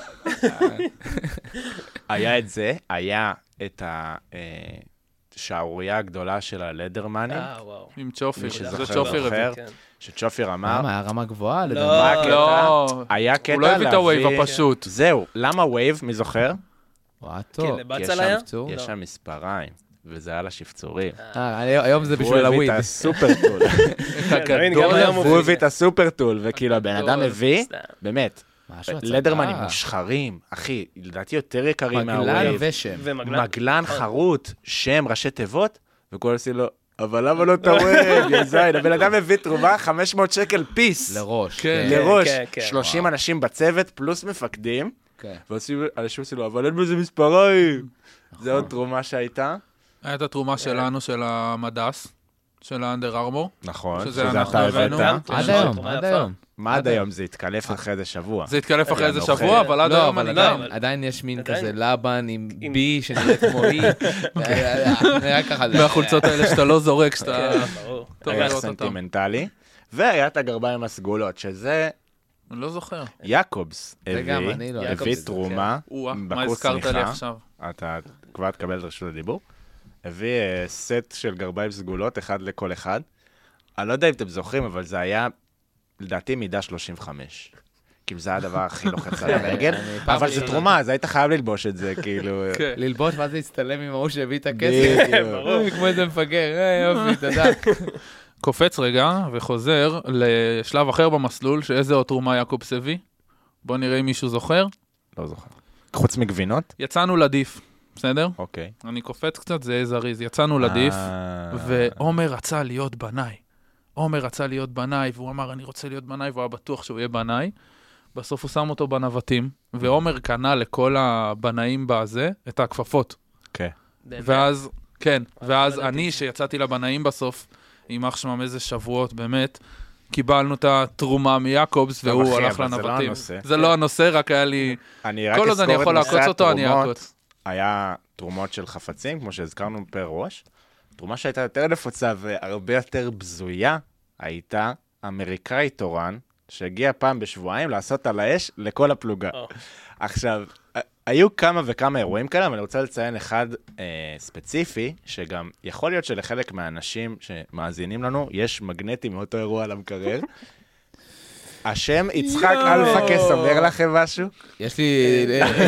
היה את זה, היה את השערוריה הגדולה של הלדרמנים. אה, וואו. עם צ'ופיר. מי שזוכר זוכר. שצ'ופיר אמר... למה, היה רמה גבוהה? מה הקטע? היה קטע הוא לא הביא את הווייב הפשוט. זהו, למה ווייב? מי זוכר? וואה, טוב. כן, לבצל היה? יש שם מספריים, וזה היה לשפצורים. היום זה בשביל הוויד. הוא הביא את הסופרטול. הוא הביא את הסופרטול, וכאילו הבן אדם הביא, באמת, לדרמנים מושחרים, אחי, לדעתי יותר יקרים מהווייב. מגלן ושם. מגלן, חרוט, שם, ראשי תיבות, וכל עושים לו... אבל למה לא תאוהב, יא זין? הבן אדם הביא תרומה חמש מאות שקל פיס. לראש. לראש. שלושים אנשים בצוות, פלוס מפקדים. ואנשים עושים לו, אבל אין בזה מספריים. זה עוד תרומה שהייתה. היה את התרומה שלנו, של המדס, של האנדר ארמור. נכון, שזה אתה הבאנו. עד היום, עד היום. מה עד היום? זה התקלף אחרי איזה שבוע. זה התקלף אחרי איזה שבוע, אבל עד היום אני גם. עדיין יש מין כזה לבן עם בי שנראית כמו אי. נראה ככה. והחולצות האלה שאתה לא זורק, שאתה... היה סנטימנטלי. והיה את הגרביים הסגולות, שזה... אני לא זוכר. יעקובס הביא, הביא תרומה מה הזכרת לי עכשיו? אתה כבר תקבל את רשות הדיבור. הביא סט של גרביים סגולות, אחד לכל אחד. אני לא יודע אם אתם זוכרים, אבל זה היה לדעתי מידה שלושים וחמש. כאילו זה הדבר הכי לוחץ על הרגל, אבל זה תרומה, אז היית חייב ללבוש את זה, כאילו... ללבוש, מה זה להצטלם עם ההוא שהביא את הכסף? כמו איזה מפגר, יופי, תודה. קופץ רגע וחוזר לשלב אחר במסלול, שאיזה עוד תרומה יעקובס הביא. בוא נראה אם מישהו זוכר. לא זוכר. חוץ מגבינות? יצאנו לדיף, בסדר? אוקיי. אני קופץ קצת, זה זריז. יצאנו לדיף, ועומר רצה להיות בנאי. עומר רצה להיות בנאי, והוא אמר, אני רוצה להיות בנאי, והוא היה בטוח שהוא יהיה בנאי. בסוף הוא שם אותו בנווטים, ועומר קנה לכל הבנאים בזה את הכפפות. כן. ואז, כן, ואז אני, שיצאתי לבנאים בסוף, עם אח שמם איזה שבועות, באמת, קיבלנו את התרומה מיעקובס, והוא הלך לנווטים. זה לא הנושא, רק היה לי... כל עוד אני יכול לעקוץ אותו, אני אעקוץ. היה תרומות של חפצים, כמו שהזכרנו פר ראש. תרומה שהייתה יותר נפוצה והרבה יותר בזויה, הייתה אמריקאי תורן, שהגיע פעם בשבועיים לעשות על האש לכל הפלוגה. עכשיו, היו כמה וכמה אירועים כאלה, אבל אני רוצה לציין אחד אה, ספציפי, שגם יכול להיות שלחלק מהאנשים שמאזינים לנו, יש מגנטים מאותו אירוע על המקרר. השם יצחק אלפקה סבר לכם משהו? יש לי,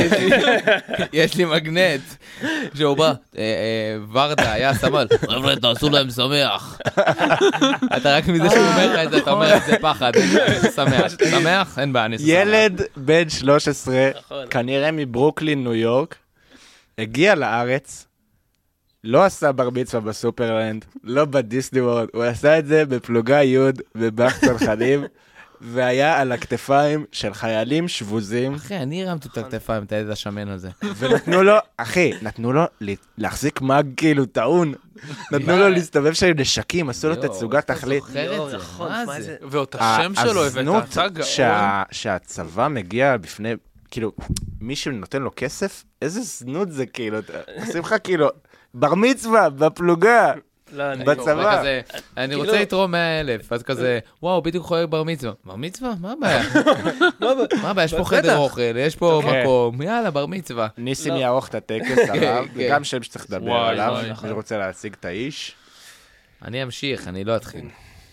יש לי מגנט, שהוא בא, ורדה היה סמל, חבר'ה, תעשו להם שמח. אתה רק מזה שהוא אומר לך את זה, אתה אומר את זה פחד, שמח, שמח, אין בעיה, אני שמח. ילד בן שלוש עשרה, כנראה מברוקלין, ניו יורק, הגיע לארץ, לא עשה בר מצווה בסופרלנד, לא בדיסני וורד, הוא עשה את זה בפלוגה יוד, בבח צנחנים, והיה על הכתפיים של חיילים שבוזים. אחי, אני הרמתי את הכתפיים, את הילד השמן הזה. ונתנו לו, אחי, נתנו לו להחזיק מג כאילו טעון. נתנו לו להסתובב של נשקים, עשו לו תצוגת תכלית. מה זה? ואת השם שלו הבאת, הזנות שהצבא מגיע בפני, כאילו, מי שנותן לו כסף, איזה זנות זה כאילו, עושים לך כאילו, בר מצווה בפלוגה. בצבא. אני רוצה לתרום מאה אלף, אז כזה, וואו, בדיוק חולק בר מצווה. בר מצווה? מה הבעיה? מה הבעיה? יש פה חדר אוכל, יש פה מקום, יאללה, בר מצווה. ניסים יערוך את הטקס עליו, וגם שם שצריך לדבר עליו, אני רוצה להציג את האיש. אני אמשיך, אני לא אתחיל.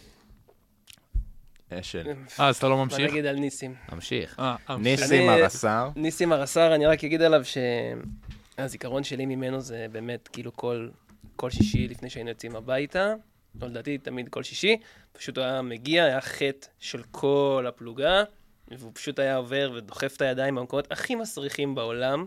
אשל. אה, אז אתה לא מה ממשיך? נגיד על ניסים? אמשיך. ניסים הרס"ר. ניסים הרס"ר, אני רק אגיד עליו שהזיכרון שלי ממנו זה באמת כאילו כל... כל שישי לפני שהיינו יוצאים הביתה, או לדעתי תמיד כל שישי, פשוט הוא היה מגיע, היה חטא של כל הפלוגה, והוא פשוט היה עובר ודוחף את הידיים במקומות הכי מסריחים בעולם,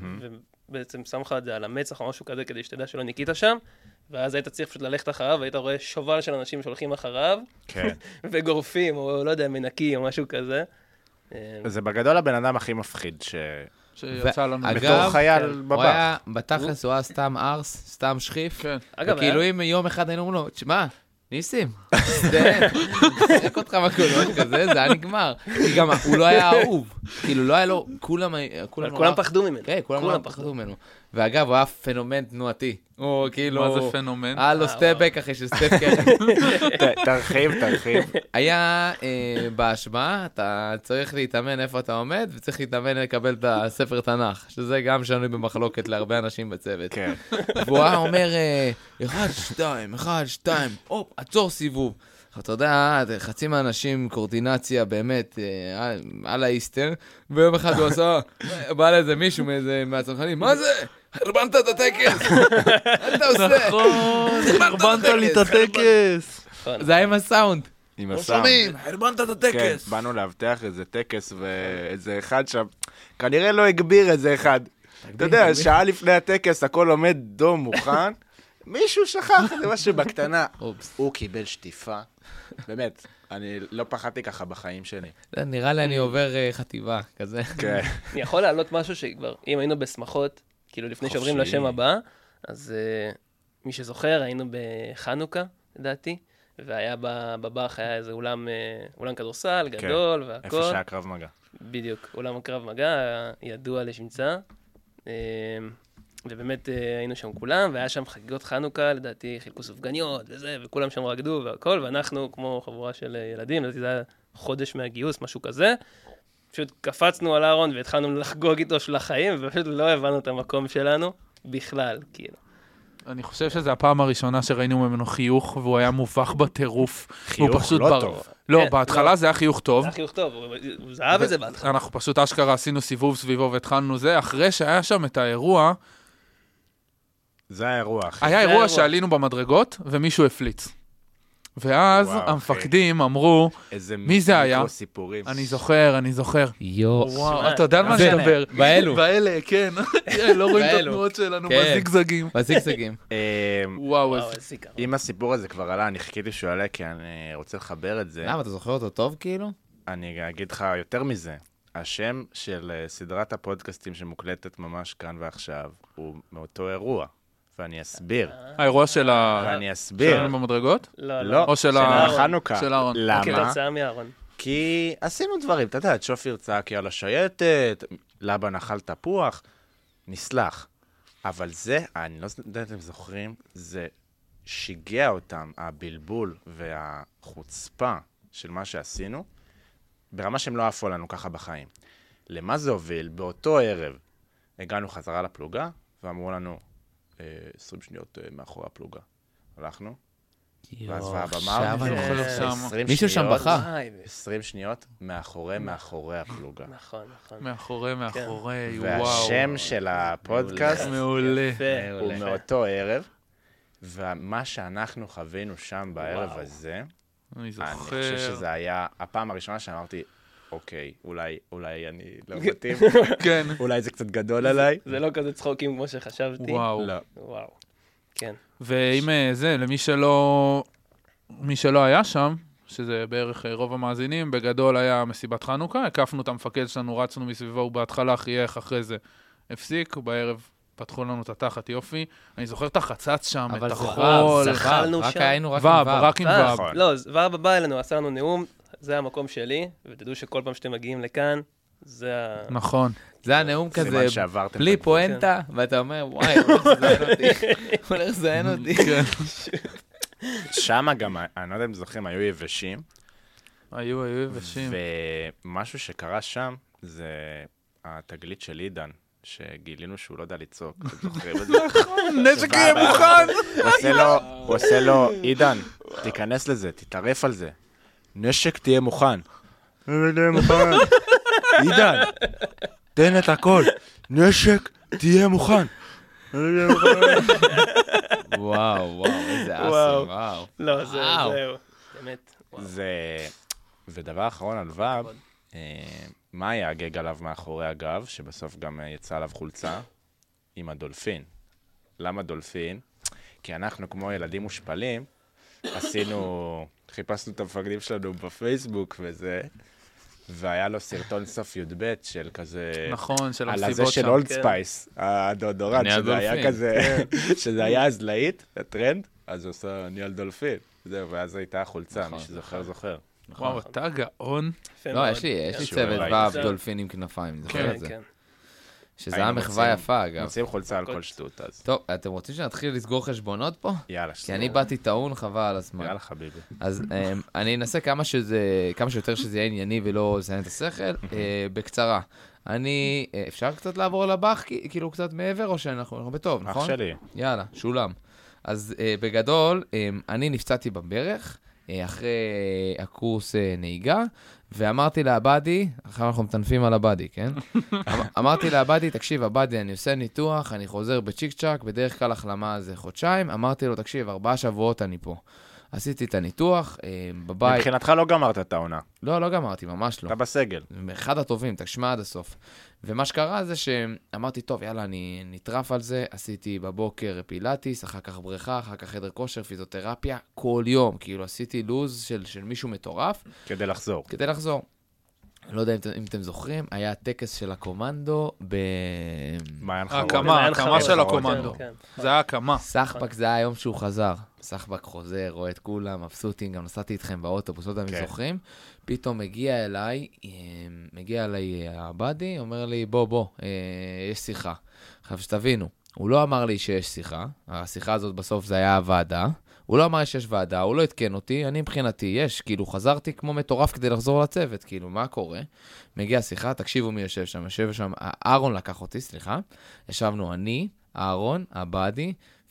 ובעצם שם לך את זה על המצח או משהו כזה, כדי שתדע שלא ניקית שם, ואז היית צריך פשוט ללכת אחריו, והיית רואה שובל של אנשים שהולכים אחריו, וגורפים, או לא יודע, מנקים, או משהו כזה. זה בגדול הבן אדם הכי מפחיד ש... שיצא לנו. בתור חייל בבח. הוא היה, בתכלס הוא היה סתם ארס, סתם שחיף. וכאילו אם יום אחד היינו אומרים לו, תשמע, ניסים, תסתן, תחזק אותך מקולות כזה, זה היה נגמר. כי גם הוא לא היה אהוב. כאילו לא היה לו, כולם... כולם פחדו ממנו. כן, כולם פחדו ממנו. ואגב, הוא היה פנומן תנועתי. הוא כאילו... מה זה פנומן? היה לו סטפבק אחרי של סטפקר. תרחיב, תרחיב. היה בהשבעה, אתה צריך להתאמן איפה אתה עומד, וצריך להתאמן לקבל את הספר תנ"ך, שזה גם שנוי במחלוקת להרבה אנשים בצוות. כן. והוא היה אומר, אחד, שתיים, אחד, שתיים, הופ, עצור סיבוב. אתה יודע, חצי מהאנשים קורדינציה באמת על האיסטר, ויום אחד הוא עשה, בא לאיזה מישהו מהצנחנים, מה זה? הרבנת את הטקס! מה אתה עושה? נכון, הרבנת לי את הטקס. זה היה עם הסאונד. עם לא הסאונד. שומעים, הרבנת את הטקס. כן, באנו להבטח איזה טקס, ואיזה אחד שם, כנראה לא הגביר איזה אחד. אתה יודע, שעה לפני הטקס, הכל עומד דום מוכן, מישהו שכח, זה משהו בקטנה. הוא קיבל שטיפה. באמת, אני לא פחדתי ככה בחיים שלי. נראה לי אני עובר חטיבה, כזה. כן. אני יכול להעלות משהו שכבר, אם היינו בשמחות, כאילו לפני שעוברים לשם הבא, אז מי שזוכר, היינו בחנוכה, לדעתי, והיה בבח, היה איזה אולם, אולם כדורסל, גדול, והכל. איפה שהיה קרב מגע. בדיוק, אולם קרב מגע, ידוע לשמצה. ובאמת היינו שם כולם, והיה שם חגיגות חנוכה, לדעתי חילקו סופגניות וזה, וכולם שם רקדו והכל, ואנחנו כמו חבורה של ילדים, לדעתי זה היה חודש מהגיוס, משהו כזה, פשוט קפצנו על הארון והתחלנו לחגוג איתו של החיים, ופשוט לא הבנו את המקום שלנו בכלל, כאילו. אני חושב שזו הפעם הראשונה שראינו ממנו חיוך, והוא היה מובך בטירוף. חיוך לא טוב. לא, בהתחלה זה היה חיוך טוב. זה היה חיוך טוב, הוא זהב את זה בהתחלה. אנחנו פשוט אשכרה עשינו סיבוב סביבו והתחלנו זה, אחרי שהיה שם את האירוע, זה האירוע, אחי. היה אירוע שעלינו במדרגות, ומישהו הפליץ. ואז המפקדים אמרו, מי זה היה? אני זוכר, אני זוכר. יואו. אתה יודע מה שדבר? באלו. באלה, כן. לא רואים את התנועות שלנו בזיגזגים. בזיגזגים. וואו, אם הסיפור הזה כבר עלה, אני חיכיתי שהוא עלה, כי אני רוצה לחבר את זה. למה, אתה זוכר אותו טוב כאילו? אני אגיד לך יותר מזה. השם של סדרת הפודקאסטים שמוקלטת ממש כאן ועכשיו, הוא מאותו אירוע. ואני אסביר. האירוע של ה... ואני אסביר. שלנו במדרגות? לא, לא. או של החנוכה. של אהרון. למה? כתוצאה מאהרון. כי עשינו דברים, אתה יודע, שופיר צעק על השייטת, לבן אכל תפוח, נסלח. אבל זה, אני לא יודע אם אתם זוכרים, זה שיגע אותם, הבלבול והחוצפה של מה שעשינו, ברמה שהם לא עפו לנו ככה בחיים. למה זה הוביל? באותו ערב הגענו חזרה לפלוגה, ואמרו לנו, עשרים שניות מאחורי הפלוגה. הלכנו, ואז והבמה, מישהו שם בכה. עשרים שניות מאחורי, מאחורי הפלוגה. נכון, נכון. מאחורי, מאחורי, וואו. והשם של הפודקאסט מעולה. הוא מאותו ערב, ומה שאנחנו חווינו שם בערב הזה, אני זוכר. אני חושב שזה היה הפעם הראשונה שאמרתי, אוקיי, אולי, אולי אני לא מתאים. כן. אולי זה קצת גדול עליי. זה לא כזה צחוקים כמו שחשבתי. וואו. לא. וואו. כן. ואם זה, למי שלא, מי שלא היה שם, שזה בערך רוב המאזינים, בגדול היה מסיבת חנוכה, הקפנו את המפקד שלנו, רצנו מסביבו, הוא בהתחלה חייך, אחרי זה הפסיק, בערב פתחו לנו את התחת יופי. אני זוכר את החצץ שם, את החול. אבל זה רק היינו רק עם וו, רק עם וו. לא, וו בא אלינו, עשה לנו נאום, זה המקום שלי, ותדעו שכל פעם שאתם מגיעים לכאן, זה ה... נכון. זה הנאום כזה, בלי פואנטה, ואתה אומר, וואי, הוא הולך לזיין אותי. הוא הולך לזיין אותי. שם גם, אני לא יודע אם זוכרים, היו יבשים. היו, היו יבשים. ומשהו שקרה שם, זה התגלית של עידן, שגילינו שהוא לא יודע לצעוק. נכון, נשק יהיה מוכן. הוא עושה לו, עידן, תיכנס לזה, תתערף על זה. נשק תהיה מוכן. תהיה מוכן. עידן, תן את הכל. נשק תהיה מוכן. וואו, וואו, איזה אסם, וואו. לא, זהו, באמת. ודבר אחרון על וו, מה היה הגג עליו מאחורי הגב, שבסוף גם יצא עליו חולצה, עם הדולפין. למה דולפין? כי אנחנו כמו ילדים מושפלים, עשינו, חיפשנו את המפקדים שלנו בפייסבוק וזה, והיה לו סרטון סוף י"ב של כזה... נכון, של המסיבות שם. המסיבות על הזה של אולד ספייס, הדודורנט, שזה היה כזה, שזה היה אז להיט, הטרנד, אז הוא עושה אני על דולפין. זהו, ואז הייתה החולצה, מי שזוכר זוכר. וואו, אתה גאון. לא, יש לי צוות ואב דולפין עם כנפיים, אני זוכר את זה. שזה היה מחווה יפה, אגב. מוצאים חולצה על כל שטות, אז. טוב, אתם רוצים שנתחיל לסגור חשבונות פה? יאללה. כי אני באתי טעון, חבל על הזמן. יאללה, חביבי. אז אני אנסה כמה שיותר שזה יהיה ענייני ולא זיין את השכל. בקצרה. אני, אפשר קצת לעבור לבח, כאילו קצת מעבר, או שאנחנו בטוב, נכון? אח שלי. יאללה, שולם. אז בגדול, אני נפצעתי בברך, אחרי הקורס נהיגה, ואמרתי לעבדי, אחר אנחנו מטנפים על עבדי, כן? אמרתי לעבדי, תקשיב, עבדי, אני עושה ניתוח, אני חוזר בצ'יק צ'ק, בדרך כלל החלמה זה חודשיים, אמרתי לו, תקשיב, ארבעה שבועות אני פה. עשיתי את הניתוח, בבית... מבחינתך לא גמרת את העונה. לא, לא גמרתי, ממש לא. אתה בסגל. אחד הטובים, תשמע עד הסוף. ומה שקרה זה שאמרתי, טוב, יאללה, אני נטרף על זה, עשיתי בבוקר פילאטיס, אחר כך בריכה, אחר כך חדר כושר, פיזיותרפיה, כל יום, כאילו עשיתי לוז של, של מישהו מטורף. כדי לחזור. כדי לחזור. לא יודע אם, אם אתם זוכרים, היה טקס של הקומנדו ב... מעיין חרוד. הקמה, הקמה של הקומנדו. זה היה הקמה. סחבק זה היה היום שהוא חזר. סחבק חוזר, רואה את כולם, מבסוטים, גם נסעתי איתכם באוטובוס, לא יודע אם זוכרים. פתאום מגיע אליי, מגיע אליי הבאדי, אומר לי, בוא, בוא, יש שיחה. עכשיו שתבינו, הוא לא אמר לי שיש שיחה, השיחה הזאת בסוף זה היה הוועדה, הוא לא אמר שיש ועדה, הוא לא התקן אותי, אני מבחינתי יש, כאילו חזרתי כמו מטורף כדי לחזור לצוות, כאילו מה קורה? מגיע שיחה, תקשיבו מי יושב שם, יושב שם, אהרון לקח אותי, סליחה, ישבנו אני, אהרון, הבאדי,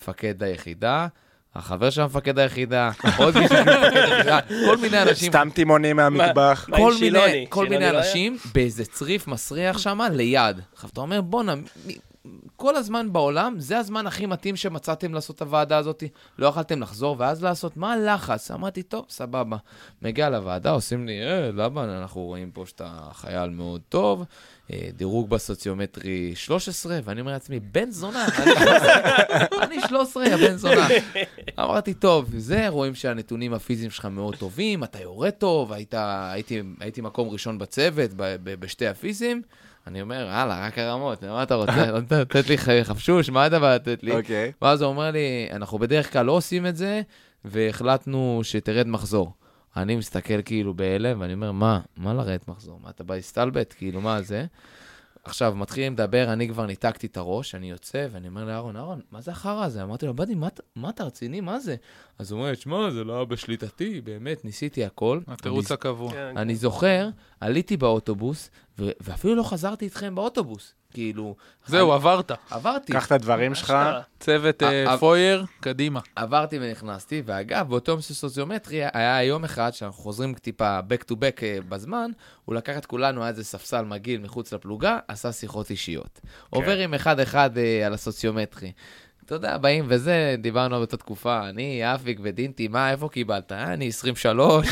מפקד היחידה, החבר של מפקד היחידה, עוד מישהו של מפקד היחידה, כל מיני אנשים... סתם תימונים מהמטבח. כל מיני, כל מיני אנשים באיזה צריף מסריח שם ליד. עכשיו, אתה אומר, בוא'נה, כל הזמן בעולם, זה הזמן הכי מתאים שמצאתם לעשות את הוועדה הזאת, לא יכלתם לחזור ואז לעשות, מה הלחץ? אמרתי, טוב, סבבה. מגיע לוועדה, עושים לי, אה, למה אנחנו רואים פה שאתה חייל מאוד טוב, דירוג בסוציומטרי שלוש עשרה, ואני אומר לעצמי, בן זונה, אני שלוש עשרה, יא בן זונה. אמרתי, טוב, זה, רואים שהנתונים הפיזיים שלך מאוד טובים, אתה יורד טוב, היית, הייתי, הייתי מקום ראשון בצוות, ב, ב, בשתי הפיזיים, אני אומר, הלאה, רק הרמות, מה אתה רוצה? לתת לי חפשוש, מה אתה בא לתת לי? אוקיי. ואז הוא אומר לי, אנחנו בדרך כלל לא עושים את זה, והחלטנו שתרד מחזור. אני מסתכל כאילו בהלם, ואני אומר, מה? מה לרד מחזור? מה, אתה בא להסתלבט? כאילו, מה זה? עכשיו, מתחילים לדבר, אני כבר ניתקתי את הראש, אני יוצא, ואני אומר לארון, ארון, מה זה החרא הזה? אמרתי לו, בדי, מה, מה אתה רציני? מה זה? אז הוא אומר, שמע, זה לא בשליטתי, באמת, ניסיתי הכל. התירוץ הקבוע. אני זוכר, עליתי באוטובוס, ו- ואפילו לא חזרתי איתכם באוטובוס. כאילו... זהו, עברת. עברתי. קח את הדברים שלך. צוות פויר, קדימה. עברתי ונכנסתי, ואגב, באותו יום סוציומטרי, היה יום אחד שאנחנו חוזרים טיפה back to back בזמן, הוא לקח את כולנו, היה איזה ספסל מגיל מחוץ לפלוגה, עשה שיחות אישיות. עובר עם אחד-אחד על הסוציומטרי. אתה יודע, באים וזה, דיברנו באותה תקופה, אני, אפיק ודינטי, מה, איפה קיבלת? אני עשרים ושלוש.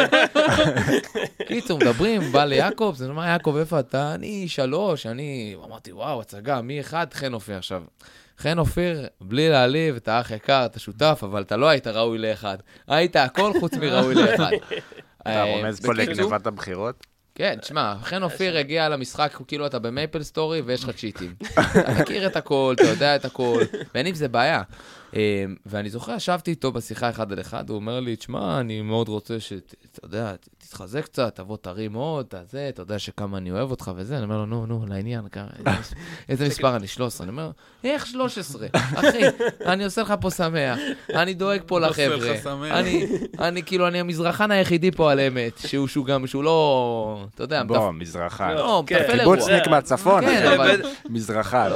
קיצור, מדברים, בא ליעקב, זה אומר, יעקב, איפה אתה? אני שלוש, אני, אמרתי, וואו, הצגה, מי אחד? חן אופיר עכשיו. חן אופיר, בלי להעליב, אתה אח יקר, אתה שותף, אבל אתה לא היית ראוי לאחד. היית הכל חוץ מראוי לאחד. אתה רומז פה לגנבת הבחירות? כן, תשמע, חן אופיר הגיע למשחק, כאילו אתה במייפל סטורי ויש לך צ'יטים. אתה מכיר את הכל, אתה יודע את הכל, ואין עם זה בעיה. ואני זוכר, ישבתי איתו בשיחה אחד על אחד, הוא אומר לי, תשמע, אני מאוד רוצה שאתה יודע, תתחזק קצת, תבוא תרים עוד, זה, אתה יודע שכמה אני אוהב אותך וזה, אני אומר לו, נו, נו, לעניין, איזה מספר אני? שלוש עשרה. אני אומר, איך שלוש עשרה? אחי, אני עושה לך פה שמח, אני דואג פה לחבר'ה, אני כאילו, אני המזרחן היחידי פה על אמת, שהוא גם, שהוא לא, אתה יודע, בוא, מזרחן. לא, מטפל אירוע. קיבוצניק מהצפון, מזרחן.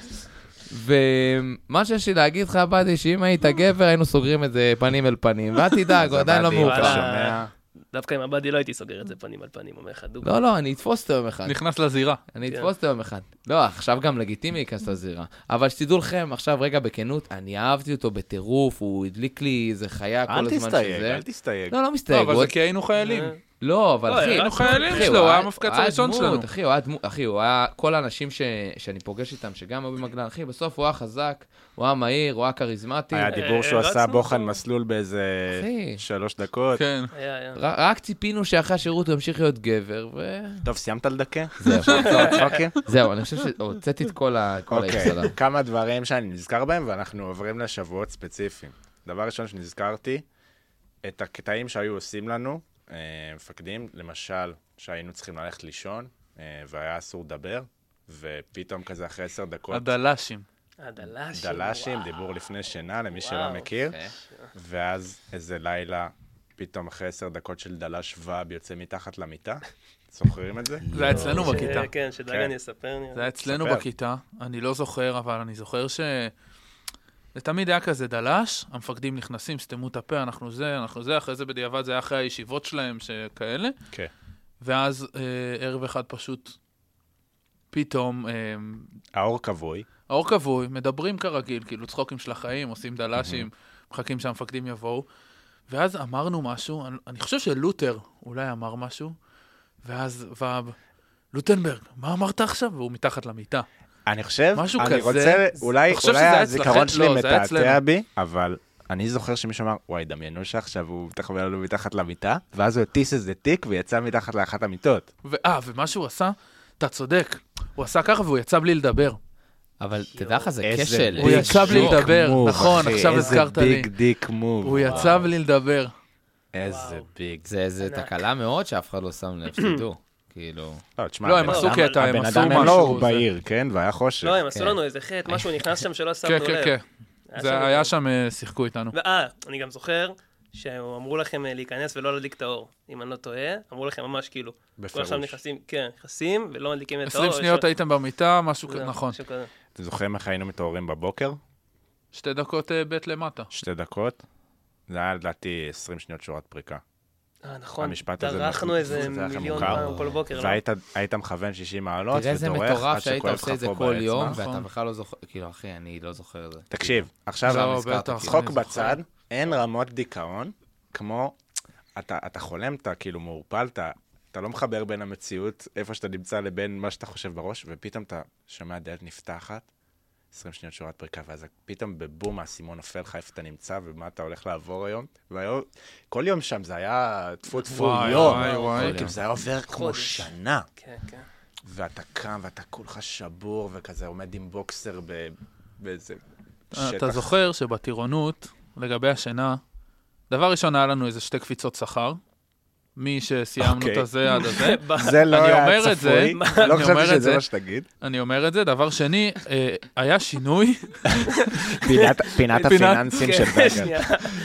ומה שיש לי להגיד לך, באדי, שאם היית גבר, היינו סוגרים את זה פנים אל פנים, ואל תדאג, הוא עדיין לא מאוחר. דווקא עם הבאדי לא הייתי סוגר את זה פנים על פנים, אומר לך דוגמא. לא, לא, אני אתפוס את היום אחד. נכנס לזירה. אני אתפוס את היום אחד. לא, עכשיו גם לגיטימי להיכנס לזירה. אבל שתדעו לכם, עכשיו רגע בכנות, אני אהבתי אותו בטירוף, הוא הדליק לי איזה חיה כל הזמן שזה. אל תסתייג, אל תסתייג. לא, לא מסתייג. אבל זה כי היינו חיילים. לא, אבל אחי... היינו חיילים שלו, הוא היה המפקץ הראשון שלנו. אחי, הוא היה דמות, אחי, הוא היה כל האנשים שאני פוגש איתם, שגם היו במגלן, אחי, בסוף הוא היה חזק, הוא היה מהיר, הוא היה כריזמטי. היה דיבור שהוא עשה בוחן מסלול באיזה שלוש דקות. כן. רק ציפינו שאחרי השירות הוא ימשיך להיות גבר, ו... טוב, סיימת לדקה? זהו. זהו, אני חושב שהוצאתי את כל היחסלה. כמה דברים שאני נזכר בהם, ואנחנו עוברים לשבועות ספציפיים. דבר ראשון שנזכרתי, את הקטעים שהיו עושים לנו, מפקדים, למשל, שהיינו צריכים ללכת לישון, והיה אסור לדבר, ופתאום כזה אחרי עשר דקות... הדלשים. הדלשים, דלשים, דיבור לפני שינה, למי שלא מכיר, ואז איזה לילה, פתאום אחרי עשר דקות של דלש ואב יוצא מתחת למיטה. זוכרים את זה? זה היה אצלנו בכיתה. כן, שדגן יספר. זה היה אצלנו בכיתה, אני לא זוכר, אבל אני זוכר ש... זה תמיד היה כזה דלש, המפקדים נכנסים, סתמו את הפה, אנחנו זה, אנחנו זה, אחרי זה בדיעבד זה היה אחרי הישיבות שלהם שכאלה. כן. ואז אה, ערב אחד פשוט, פתאום... אה, האור כבוי. האור כבוי, מדברים כרגיל, כאילו צחוקים של החיים, עושים דלשים, mm-hmm. מחכים שהמפקדים יבואו. ואז אמרנו משהו, אני, אני חושב שלוטר אולי אמר משהו, ואז ואב, לוטנברג, מה אמרת עכשיו? והוא מתחת למיטה. אני חושב, משהו אני כזה, רוצה, אולי, אולי הזיכרון שלי לא, מתעתע בי, אבל אני זוכר שמישהו אמר, וואי, דמיינו שעכשיו הוא תחבר לנו מתחת למיטה, ואז הוא הטיס איזה תיק ויצא מתחת לאחת המיטות. אה, ומה שהוא עשה, אתה צודק, הוא עשה ככה והוא יצא בלי לדבר. אבל תדע לך, זה כשל. הוא יצא בלי לדבר, נכון, עכשיו הזכרת לי. איזה ביג דיק מוב. הוא יצא בלי לדבר. איזה ביג. זה תקלה מאוד שאף אחד לא שם לב, שתדעו. כאילו... לא, תשמע, לא, הם עשו קטע, הם עשו משהו. הבן אדם הם לא בעיר, כן? והיה חושך. לא, הם עשו לנו איזה חטא, משהו נכנס שם שלא שמנו לב. כן, כן, כן. זה היה שם, שיחקו איתנו. אה, אני גם זוכר שאמרו לכם להיכנס ולא להדליק את האור. אם אני לא טועה, אמרו לכם ממש כאילו. בפירוש. כל נכנסים, כן, נכנסים ולא מדליקים את האור. עשרים שניות הייתם במיטה, משהו כזה, נכון. אתם זוכרים איך היינו מתעוררים בבוקר? שתי דקות בית למטה. שתי דקות? זה היה לדעתי עשרים שניות שורת פריקה. אה, נכון. המשפט הזה... דרכנו איזה מיליון פעם כל בוקר, לא? והיית מכוון שישים מעלות, תראה איזה מטורף שהיית עושה את זה כל יום, נכון. ואתה בכלל לא זוכר, כאילו, אחי, אני לא זוכר את זה. תקשיב, עכשיו, לא, בטח, צחוק אני בצד, אין רמות דיכאון, כמו, אתה, אתה חולם, אתה כאילו מעורפל, אתה, אתה לא מחבר בין המציאות, איפה שאתה נמצא, לבין מה שאתה חושב בראש, ופתאום אתה שומע דלת נפתחת, עשרים שניות שורת פריקה, ואז פתאום בבום האסימון נופל לך איפה אתה נמצא, ומה אתה הולך לעבור היום, והיום, כל יום שם זה היה טפו טפו וואי, יום, וואי, וואי. כאילו זה היה עובר כמו שנה. כן, כן. ואתה קם, ואתה כולך שבור, וכזה עומד עם בוקסר ב- באיזה שטח. אתה זוכר שבטירונות, לגבי השינה, דבר ראשון היה לנו איזה שתי קפיצות שכר, מי שסיימנו אוקיי. את הזה עד הזה. זה לא אני היה אומר את זה, צפוי, לא אני חשבתי אומר את שזה זה. מה שתגיד. אני אומר את זה. דבר שני, אה, היה שינוי, פינת- פינת הפיננסים של כן, דגל. שנייה.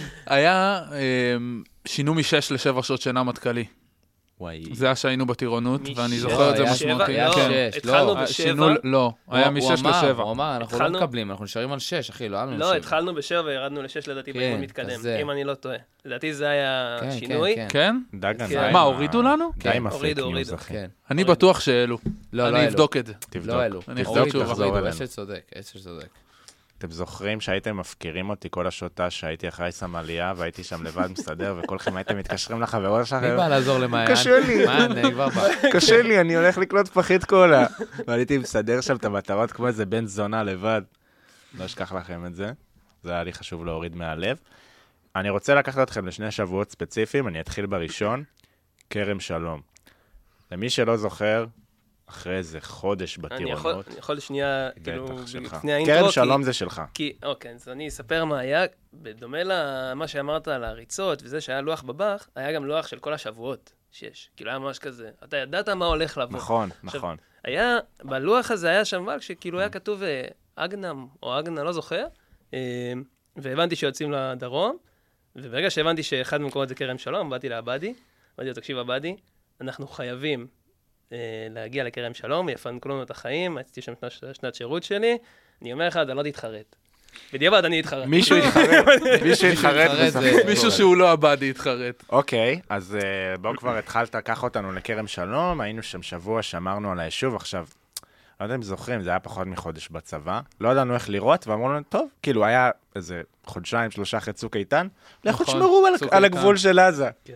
היה אה, שינוי משש לשבע שעות שינה מטכלי. וואי. זה היה שהיינו בטירונות, משש- ואני זוכר את זה היה משמעותי. שבע? כן. היה שש, התחלנו לא. בשבע. שינוי, לא, היה הוא- הוא משש אמר, לשבע. הוא אמר, אנחנו התחלנו- לא מקבלים, אנחנו נשארים על שש, אחי, לא היה לנו לא, שבע. התחלנו בשבע וירדנו לשש לדעתי כן, באימון אז מתקדם, זה. אם אני לא טועה. לדעתי זה היה כן, שינוי. כן, כן? דגן, כן. די עם מה, ה- הורידו לנו? די עם כן, הפייק הורידו, ניוז, הורידו. אחי. כן. אני בטוח שהעלו. לא, לא אני העלו. אבדוק את זה. תבדוק. לא העלו. אני תבדוק, אבדוק תשובה. תחזור הורידו, אלינו. אשת צודק, אשת צודק. אתם זוכרים שהייתם מפקירים אותי כל השוטה שהייתי אחרי סמליה, והייתי שם לבד מסתדר, וכולכם הייתם מתקשרים לחברות מי שלכם? בא לעזור למעיין? קשה לי. מעיין, אני כבר בא. קשה לי, אני הולך לקנות פחית קולה. והייתי מסדר שם את המטרות כמו איזה בן זונה לבד. לא אשכח לכם את זה. זה היה לי חשוב להוריד מהלב. אני רוצה לקחת אתכם לשני שבועות ספציפיים, אני אתחיל בראשון, כרם שלום. למי שלא זוכר, אחרי איזה חודש אני יכול- בטירונות, אני יכול שנייה, כאילו, בטח שלך. לפני האינטרו, כרם כי- שלום זה שלך. כי, אוקיי, אז אני אספר מה היה, בדומה למה שאמרת על הריצות וזה שהיה לוח בבח, היה גם לוח של כל השבועות שיש. כאילו היה ממש כזה, אתה ידעת מה הולך לבוא. נכון, עכשיו, נכון. היה, בלוח הזה היה שם וק שכאילו היה כתוב אה, אגנם או אגנה, לא זוכר, אה, והבנתי שיוצאים לדרום, וברגע שהבנתי שאחד במקומות זה כרם שלום, באתי לעבדי, אמרתי לו, תקשיב עבדי, אנחנו חייבים אה, להגיע לכרם שלום, יפנקו לנו את החיים, עשיתי שם שנת, שנת שירות שלי, אני אומר לך, אתה לא תתחרט. בדיעבד אני אתחרט. מישהו יתחרט, מישהו יתחרט יתחרט בסוף. זה- מישהו שהוא לא עבדי יתחרט. אוקיי, אז אה, בואו כבר התחלת, קח אותנו לכרם שלום, היינו שם שבוע, שמרנו על היישוב, עכשיו, לא יודע אם זוכרים, זה היה פחות מחודש בצבא, לא ידענו איך לראות, ואמרו לנו, טוב, כאילו היה איזה חודשיים, שלושה אחרי צוק איתן, לכו נכון, תשמרו על- צוק על איתן. הגבול של עזה. כן.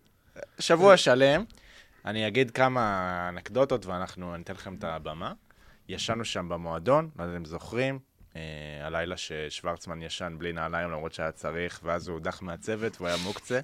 שבוע שלם, אני אגיד כמה אנקדוטות, ואנחנו ניתן לכם את הבמה. ישנו שם במועדון, לא יודע אם זוכרים, אה, הלילה ששוורצמן ישן בלי נעליים, למרות שהיה צריך, ואז הוא הודח מהצוות והוא היה מוקצה.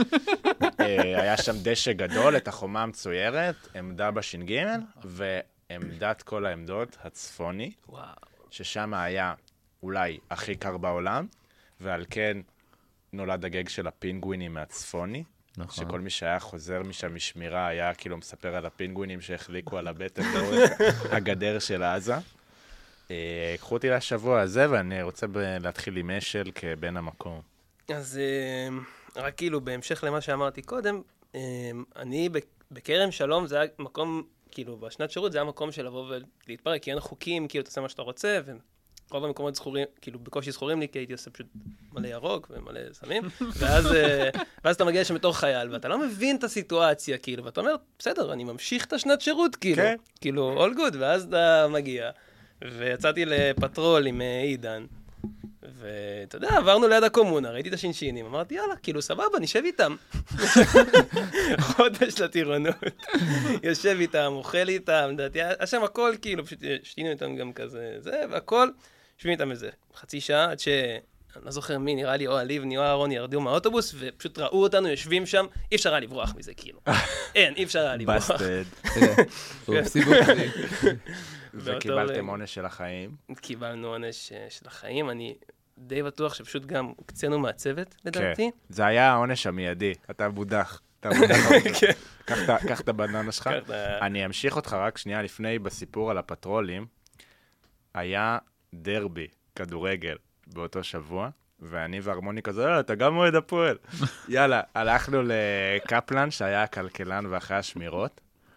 אה, היה שם דשא גדול, את החומה המצוירת, עמדה בש"ג, ועמדת כל העמדות הצפוני, וואו. ששם היה אולי הכי קר בעולם, ועל כן נולד הגג של הפינגווינים מהצפוני, נכון. שכל מי שהיה חוזר משם משמירה היה כאילו מספר על הפינגווינים שהחליקו על הבטן לאורך הגדר של עזה. אה, קחו אותי לשבוע הזה, ואני רוצה ב- להתחיל עם אשל כבן המקום. אז אה, רק כאילו, בהמשך למה שאמרתי קודם, אה, אני ב- בכרם שלום, זה היה מקום, כאילו, בשנת שירות זה היה מקום של לבוא ולהתפרק, כי אין חוקים, כאילו, אתה עושה מה שאתה רוצה, ורוב המקומות זכורים, כאילו, בקושי זכורים לי, כי הייתי עושה פשוט מלא ירוק ומלא סמים, ואז, אה, ואז אתה מגיע לשם בתור חייל, ואתה לא מבין את הסיטואציה, כאילו, ואתה אומר, בסדר, אני ממשיך את השנת שירות, כאילו, כן. כאילו, all good, ואז אתה מגיע, ויצאתי לפטרול עם אה, עידן, ואתה יודע, עברנו ליד הקומונה, ראיתי את השינשינים, אמרתי, יאללה, כאילו, סבבה, נשב איתם. חודש לטירונות. יושב איתם, אוכל איתם, לדעתי, היה שם הכל, כאילו, פשוט שתינו איתם גם כזה, זה, והכל, יושבים איתם איזה חצי שעה, עד ש... אני לא זוכר מי, נראה לי או הליבני או אהרון ירדו מהאוטובוס, ופשוט ראו אותנו יושבים שם, אי אפשר היה לברוח מזה, כאילו. אין, אי אפשר היה לברוח. בסטד. הוא סיבוכי. וקיבלתם עונש של החיים. קיבלנו עונש אה, של החיים, אני די בטוח שפשוט גם הוקצנו מהצוות, לדעתי. זה היה העונש המיידי, אתה מודח. אתה מודח. קח את ה- קח את הבננה שלך. קח את ה- אני אמשיך אותך רק שנייה לפני, בסיפור על הפטרולים, היה דרבי, כדורגל, באותו שבוע, ואני והרמוני כזה, אה, אתה גם אוהד הפועל. יאללה, הלכנו לקפלן, שהיה הכלכלן ואחרי השמירות,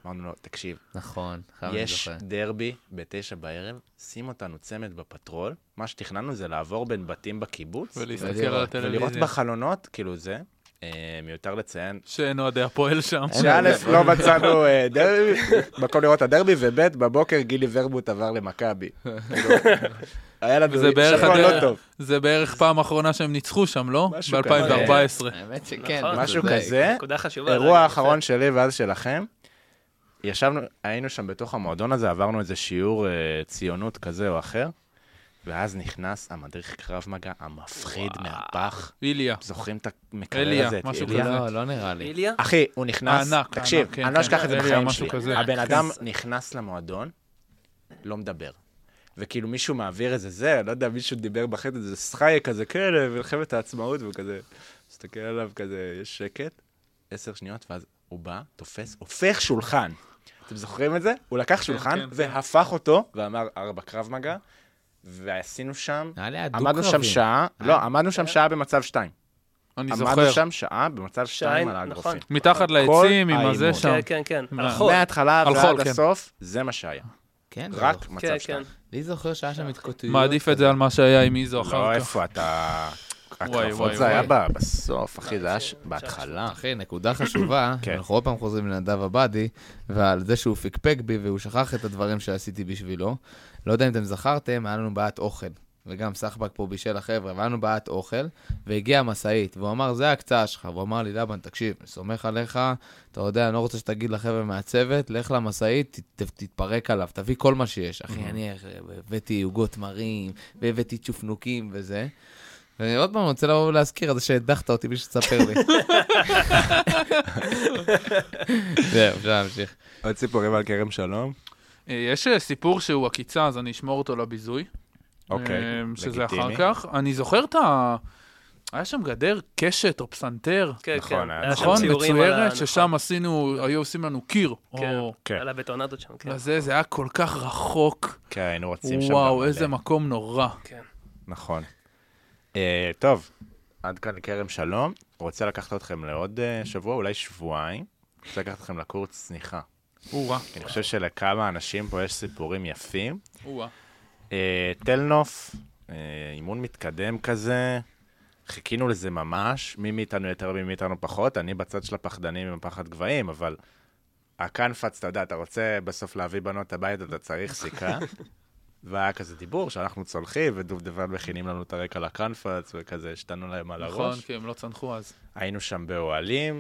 אמרנו לו, תקשיב, נכון, יש דרבי בתשע בערב, שים אותנו צמד בפטרול, מה שתכננו זה לעבור בין בתים בקיבוץ, ולהסתכל על הטלוויזיה. ולראות בחלונות, כאילו זה, מיותר לציין. שאין אוהדי הפועל שם. שא' לא מצאנו דרבי, מקום לראות הדרבי, וב' בבוקר גילי ורבוט עבר למכבי. היה לנו שבוע לא טוב. זה בערך פעם האחרונה שהם ניצחו שם, לא? ב-אלפיים וארבע עשרה. האמת שכן. משהו כזה. אירוע האחרון שלי ואז שלכם. ישבנו, היינו שם בתוך המועדון הזה, עברנו איזה שיעור ציונות כזה או אחר. ואז נכנס המדריך קרב מגע המפחיד מהפח. איליה. זוכרים את המקרר הזה? משהו כזה. לא, לא נראה לי. איליה? אחי, הוא נכנס, תקשיב, אני לא אשכח את זה בחיים שלי. הבן אדם נכנס למועדון, לא מדבר. וכאילו מישהו מעביר איזה זה, לא יודע, מישהו דיבר בחטא, זה שחי כזה, כאלה, ולחמת העצמאות, וכזה, מסתכל עליו כזה, יש שקט, עשר שניות, ואז הוא בא, תופס, הופך שולחן. אתם זוכרים את זה? הוא לקח שולחן והפך אותו, ואמר, ארבע קרב מגע, ועשינו שם, עמדנו שם שעה, לא, עמדנו שם שעה במצב שתיים. אני זוכר. עמדנו שם שעה במצב שתיים על האגרופים. מתחת לעצים עם הזה שם. כן, כן, כן. על חול. מההתחלה ועד הסוף, זה מה שהיה. כן, רק מצב שתיים. לי זוכר שהיה שם התקוטויות. מעדיף את זה על מה שהיה עם איזו אחר כך. לא, איפה אתה... הקרבות זה היה בסוף, אחי, זה היה בהתחלה. אחי, נקודה חשובה, אנחנו עוד פעם חוזרים לנדב עבדי, ועל זה שהוא פיקפק בי, והוא שכח את הדברים שעשיתי בשבילו. לא יודע אם אתם זכרתם, היה לנו בעיית אוכל, וגם סחבק פה בישל החבר'ה, והיה לנו בעיית אוכל, והגיע המשאית, והוא אמר, זה הקצאה שלך, והוא אמר לי, לבן, תקשיב, אני סומך עליך, אתה יודע, אני לא רוצה שתגיד לחבר'ה מהצוות, לך למשאית, תתפרק עליו, תביא כל מה שיש. אחי, אני הבאתי עוגות מרים, והבאתי צ'ופנוקים וזה. ועוד פעם, אני רוצה לבוא ולהזכיר את זה שהדחת אותי בלי שתספר לי. זהו, אפשר להמשיך. עוד סיפורים על כרם שלום? יש סיפור שהוא עקיצה, אז אני אשמור אותו לביזוי. אוקיי, שזה אחר כך. אני זוכר את ה... היה שם גדר קשת או פסנתר. כן, כן. נכון, מצוירת, ששם עשינו, היו עושים לנו קיר. כן, על הבטונדות שם, כן. לזה, זה היה כל כך רחוק. כן, היינו רוצים שם. וואו, איזה מקום נורא. כן. נכון. טוב, עד כאן כרם שלום. רוצה לקחת אתכם לעוד שבוע, אולי שבועיים. רוצה לקחת אתכם לקורס צניחה. אני חושב שלכמה אנשים פה יש סיפורים יפים. תל-נוף, אימון מתקדם כזה, חיכינו לזה ממש, מי מאיתנו יותר ומי מאיתנו פחות, אני בצד של הפחדנים עם פחד גבהים, אבל הקנפץ, אתה יודע, אתה רוצה בסוף להביא בנות הבית, אתה צריך סיכה, והיה כזה דיבור שאנחנו צולחים, ודובדבן מכינים לנו את הרקע לקנפץ, וכזה השתנו להם על הראש. נכון, כי הם לא צנחו אז. היינו שם באוהלים,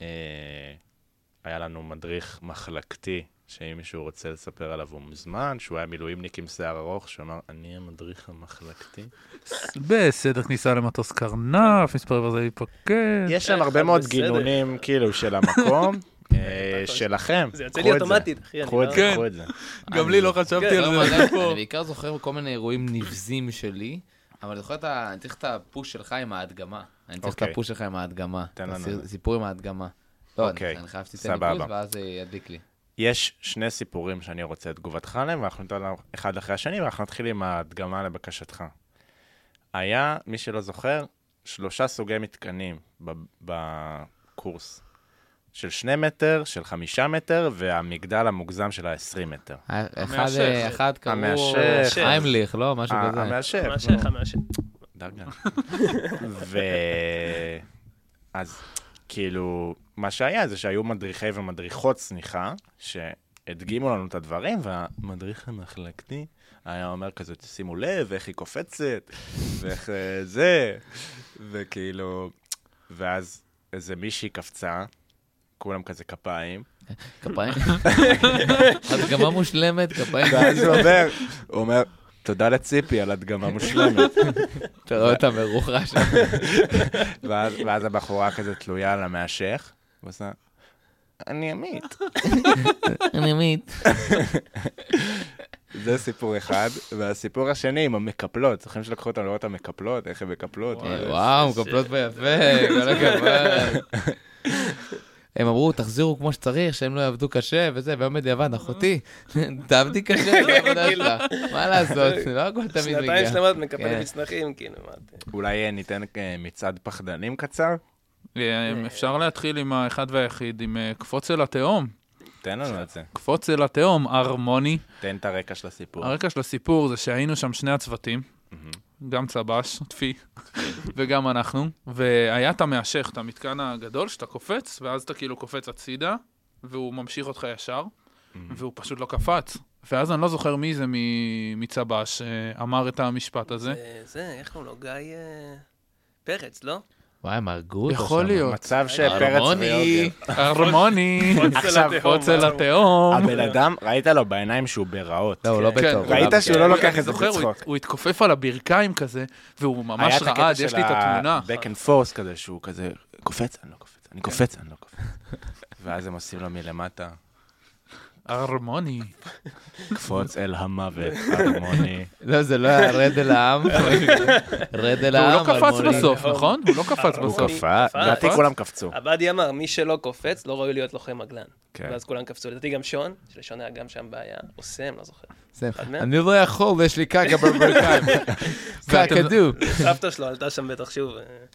היה לנו מדריך מחלקתי, שאם מישהו רוצה לספר עליו הוא מוזמן, שהוא היה מילואימניק עם שיער ארוך, שאמר, אני המדריך המחלקתי. בסדר, כניסה למטוס קרנף, מספר ברזלי פקד. יש שם הרבה מאוד גינונים, כאילו, של המקום, שלכם. זה יוצא לי אוטומטית, אחי. קחו את זה, קחו את זה. גם לי לא חשבתי על זה. אני בעיקר זוכר כל מיני אירועים נבזים שלי, אבל אני זוכר, אני צריך את הפוש שלך עם ההדגמה. אני צריך את הפוש שלך עם ההדגמה. סיפור עם ההדגמה. לא, אני חייב שתיתן לי פוש, ואז זה ידליק לי. יש שני סיפורים שאני רוצה את תגובתך עליהם, ואנחנו ניתן לנו אחד אחרי השני, ואנחנו נתחיל עם ההדגמה לבקשתך. היה, מי שלא זוכר, שלושה סוגי מתקנים בקורס. של שני מטר, של חמישה מטר, והמגדל המוגזם של העשרים מטר. אחד קראו חיימליך, לא? משהו כזה. המאשך. המאשך, המאשך. דרגה. ואז... כאילו, מה שהיה זה שהיו מדריכי ומדריכות צניחה, שהדגימו לנו את הדברים, והמדריך המחלקתי היה אומר כזה, תשימו לב, איך היא קופצת, ואיך זה, וכאילו, ואז איזה מישהי קפצה, כולם כזה כפיים. כפיים? הדגמה מושלמת, כפיים. ואז הוא אומר, הוא אומר, תודה לציפי על הדגמה מושלמת. אתה רואה אותה מרוחה שם. ואז הבחורה כזה תלויה על המאשך, ועושה, אני עמית. אני עמית. זה סיפור אחד, והסיפור השני עם המקפלות, צריכים שלקחו אותם לראות המקפלות, איך הן מקפלות. וואו, מקפלות ביפה, כל הכבוד. הם אמרו, תחזירו כמו שצריך, שהם לא יעבדו קשה, וזה, ועומד יוון, אחותי, תעבדי קשה, לא עבודה שלה. מה לעשות? לא הכל תמיד מגיע. שנתיים שלמות מקפל מצנחים, כאילו, מה אתם? אולי ניתן מצעד פחדנים קצר? אפשר להתחיל עם האחד והיחיד, עם קפוץ אל התהום. תן לנו את זה. קפוץ אל התהום, הרמוני. תן את הרקע של הסיפור. הרקע של הסיפור זה שהיינו שם שני הצוותים, גם צבש, תפי, וגם אנחנו, והיה את המאשך, את המתקן הגדול, שאתה קופץ, ואז אתה כאילו קופץ הצידה, והוא ממשיך אותך ישר, והוא פשוט לא קפץ. ואז אני לא זוכר מי זה מצבש שאמר את המשפט הזה. זה, איך הוא לא, גיא פרץ, לא? וואי, הם הרגו אותו שם. יכול להיות. מצב שפרץ ויוגב. הרמוני. עכשיו, קפוץ אל התהום. הבן אדם, ראית לו בעיניים שהוא ברעות. לא, הוא לא בטוב. ראית שהוא לא לוקח את זה זוכר, בצחוק. הוא התכופף על הברכיים כזה, והוא ממש רעד, יש לי את התמונה. היה את הקטע של ה-back and forth כזה, שהוא כזה, קופץ, אני לא קופץ, אני קופץ, אני לא קופץ. ואז הם עושים לו מלמטה. הרמוני. קפוץ אל המוות, הרמוני. לא, זה לא היה רד אל העם. רד אל העם, הוא לא קפץ בסוף, נכון? הוא לא קפץ הוא בסוף. קפץ, לדעתי כולם קפצו. עבדי אמר, מי שלא קופץ, לא ראוי להיות לוחם מגלן. כן. ואז כולם קפצו. לדעתי גם שון, שלשון היה גם שם בעיה, או סם, לא זוכר. אני לא יכול, יש לי קקה בברכיים. קקה דו. סבתא שלו עלתה שם בטח שוב.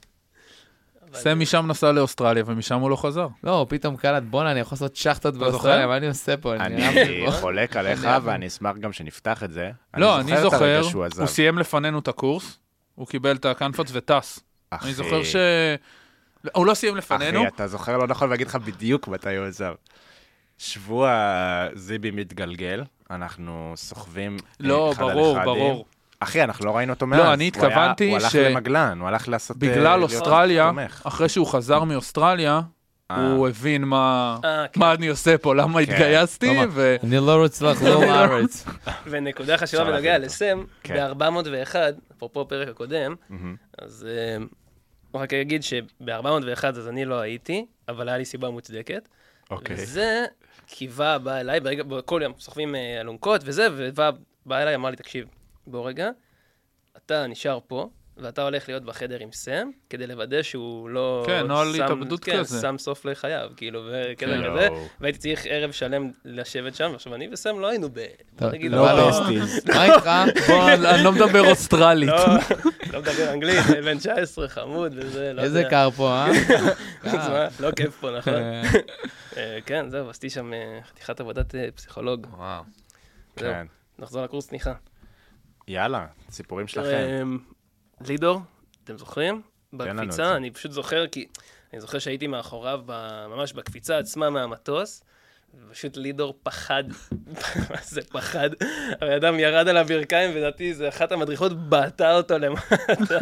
סם משם נסע לאוסטרליה, ומשם הוא לא חזר. לא, פתאום קלט, בונה, אני יכול לעשות שחטות באוסטרליה, מה אני עושה פה? אני חולק עליך, ואני אשמח גם שנפתח את זה. לא, אני זוכר, הוא סיים לפנינו את הקורס, הוא קיבל את הקנפוץ וטס. אני זוכר ש... הוא לא סיים לפנינו. אחי, אתה זוכר, לא נכון להגיד לך בדיוק מתי הוא עזב. שבוע זיבי מתגלגל, אנחנו סוחבים אחד על אחד. לא, ברור, ברור. אחי, אנחנו לא ראינו אותו מאז. לא, אני התכוונתי ש... הוא הלך למגלן, הוא הלך לעשות... בגלל אוסטרליה, אחרי שהוא חזר מאוסטרליה, הוא הבין מה אני עושה פה, למה התגייסתי, ו... אני לא רוצה לחזור לארץ. ונקודה חשובה בנוגע לסם, ב-ארבע מאות ואחת, אפרופו פרק הקודם, אז רק אגיד שב-ארבע מאות ואחת אז אני לא הייתי, אבל היה לי סיבה מוצדקת. וזה קיווה בא אליי, כל יום סוחבים אלונקות וזה, ובא אליי, אמר לי, תקשיב, בוא רגע, אתה נשאר פה, ואתה הולך להיות בחדר עם סם, כדי לוודא שהוא לא... כן, נועל התאבדות כן, כזה. שם סוף לחייו, כאילו, וכזה כזה, והייתי צריך ערב שלם לשבת שם, ועכשיו אני וסם לא היינו ב... לא בסטיז. מה איתך? בוא, אני לא מדבר אוסטרלית. לא מדבר אנגלית, בן תשע עשרה, חמוד וזה, לא יודע. איזה קר פה, אה? לא כיף פה, נכון? כן, זהו, עשיתי שם חתיכת עבודת פסיכולוג. וואו. כן. נחזור לקורס סניחה. יאללה, סיפורים שלכם. לידור, אתם זוכרים? בקפיצה, אני פשוט זוכר, כי אני זוכר שהייתי מאחוריו ממש בקפיצה עצמה מהמטוס, ופשוט לידור פחד, מה זה פחד? האדם ירד על הברכיים, ודעתי, זה אחת המדריכות בעטה אותו למטה.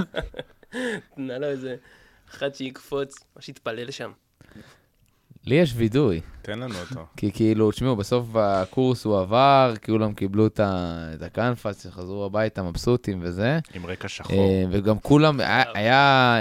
תנה לו איזה אחד שיקפוץ, מה שהתפלל שם. לי יש וידוי. תן לנו אותו. כי כאילו, תשמעו, בסוף הקורס הוא עבר, כולם קיבלו את הקנפס, שחזרו הביתה מבסוטים וזה. עם רקע שחור. וגם כולם, היה,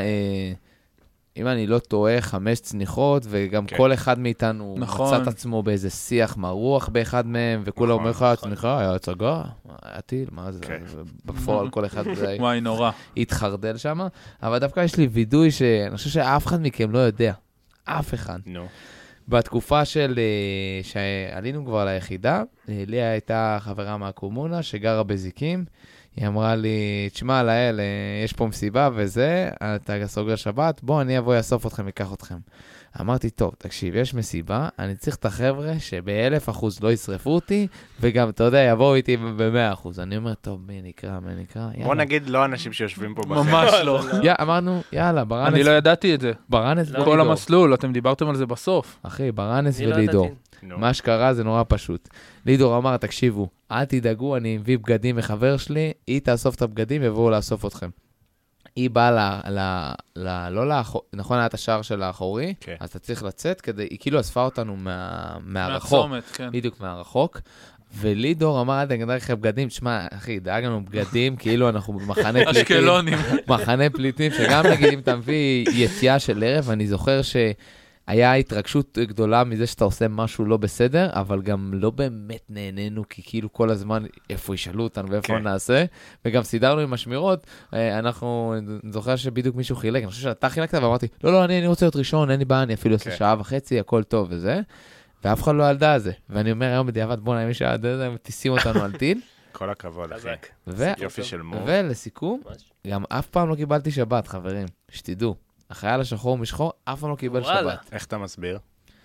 אם אני לא טועה, חמש צניחות, וגם כל אחד מאיתנו מצא את עצמו באיזה שיח מרוח באחד מהם, וכולם אומר לך, צניחה, היה הצגה, היה טיל, מה זה? בפועל כל אחד וואי, נורא. התחרדל שם, אבל דווקא יש לי וידוי שאני חושב שאף אחד מכם לא יודע. אף אחד. נו. בתקופה של, שעלינו כבר ליחידה, לי הייתה חברה מהקומונה שגרה בזיקים, היא אמרה לי, תשמע, לאל, יש פה מסיבה וזה, אתה סוגר שבת, בוא, אני אבוא יאסוף אתכם, ייקח אתכם. אמרתי, טוב, תקשיב, יש מסיבה, אני צריך את החבר'ה שבאלף אחוז לא ישרפו אותי, וגם, אתה יודע, יבואו איתי במאה אחוז. אני אומר, טוב, מי נקרא, מי נקרא? בוא נגיד, לא אנשים שיושבים פה בחדר. ממש לא. אמרנו, יאללה, ברנס. אני לא ידעתי את זה. ברנס ולידור. כל המסלול, אתם דיברתם על זה בסוף. אחי, ברנס ולידור. מה שקרה זה נורא פשוט. לידור אמר, תקשיבו, אל תדאגו, אני מביא בגדים מחבר שלי, היא תאסוף את הבגדים, יבואו לאסוף אתכם. היא באה ל... ל... ל... לא לאחור... נכון, היה את השער של האחורי, okay. אז אתה צריך לצאת כדי... היא כאילו אספה אותנו מה... מהרחוק. מהצומת, כן. בדיוק מהרחוק. ולידור אמר, אני אגנדר לכם בגדים, תשמע, אחי, דאג לנו בגדים, כאילו אנחנו במחנה פליטים. אשקלונים. מחנה פליטים, שגם נגיד אם אתה מביא יציאה של ערב, אני זוכר ש... היה התרגשות גדולה מזה שאתה עושה משהו לא בסדר, אבל גם לא באמת נהנינו, כי כאילו כל הזמן איפה ישאלו אותנו ואיפה okay. נעשה, וגם סידרנו עם השמירות, אנחנו, זוכר שבדיוק מישהו חילק, אני חושב שאתה חילקת, ואמרתי, לא, לא, אני, אני רוצה להיות ראשון, אין לי בעיה, אני אפילו עושה okay. שעה וחצי, הכל טוב וזה, ואף אחד לא ילדה על זה, ואני אומר היום בדיעבד, בוא נעים שעה, הם תיסים אותנו על טיל. כל הכבוד, אחי. ו- יופי של מור. ולסיכום, גם אף פעם לא קיבלתי שבת, חברים, שתדעו. החייל השחור משחור, אף פעם לא קיבל שבת. איך אתה מסביר?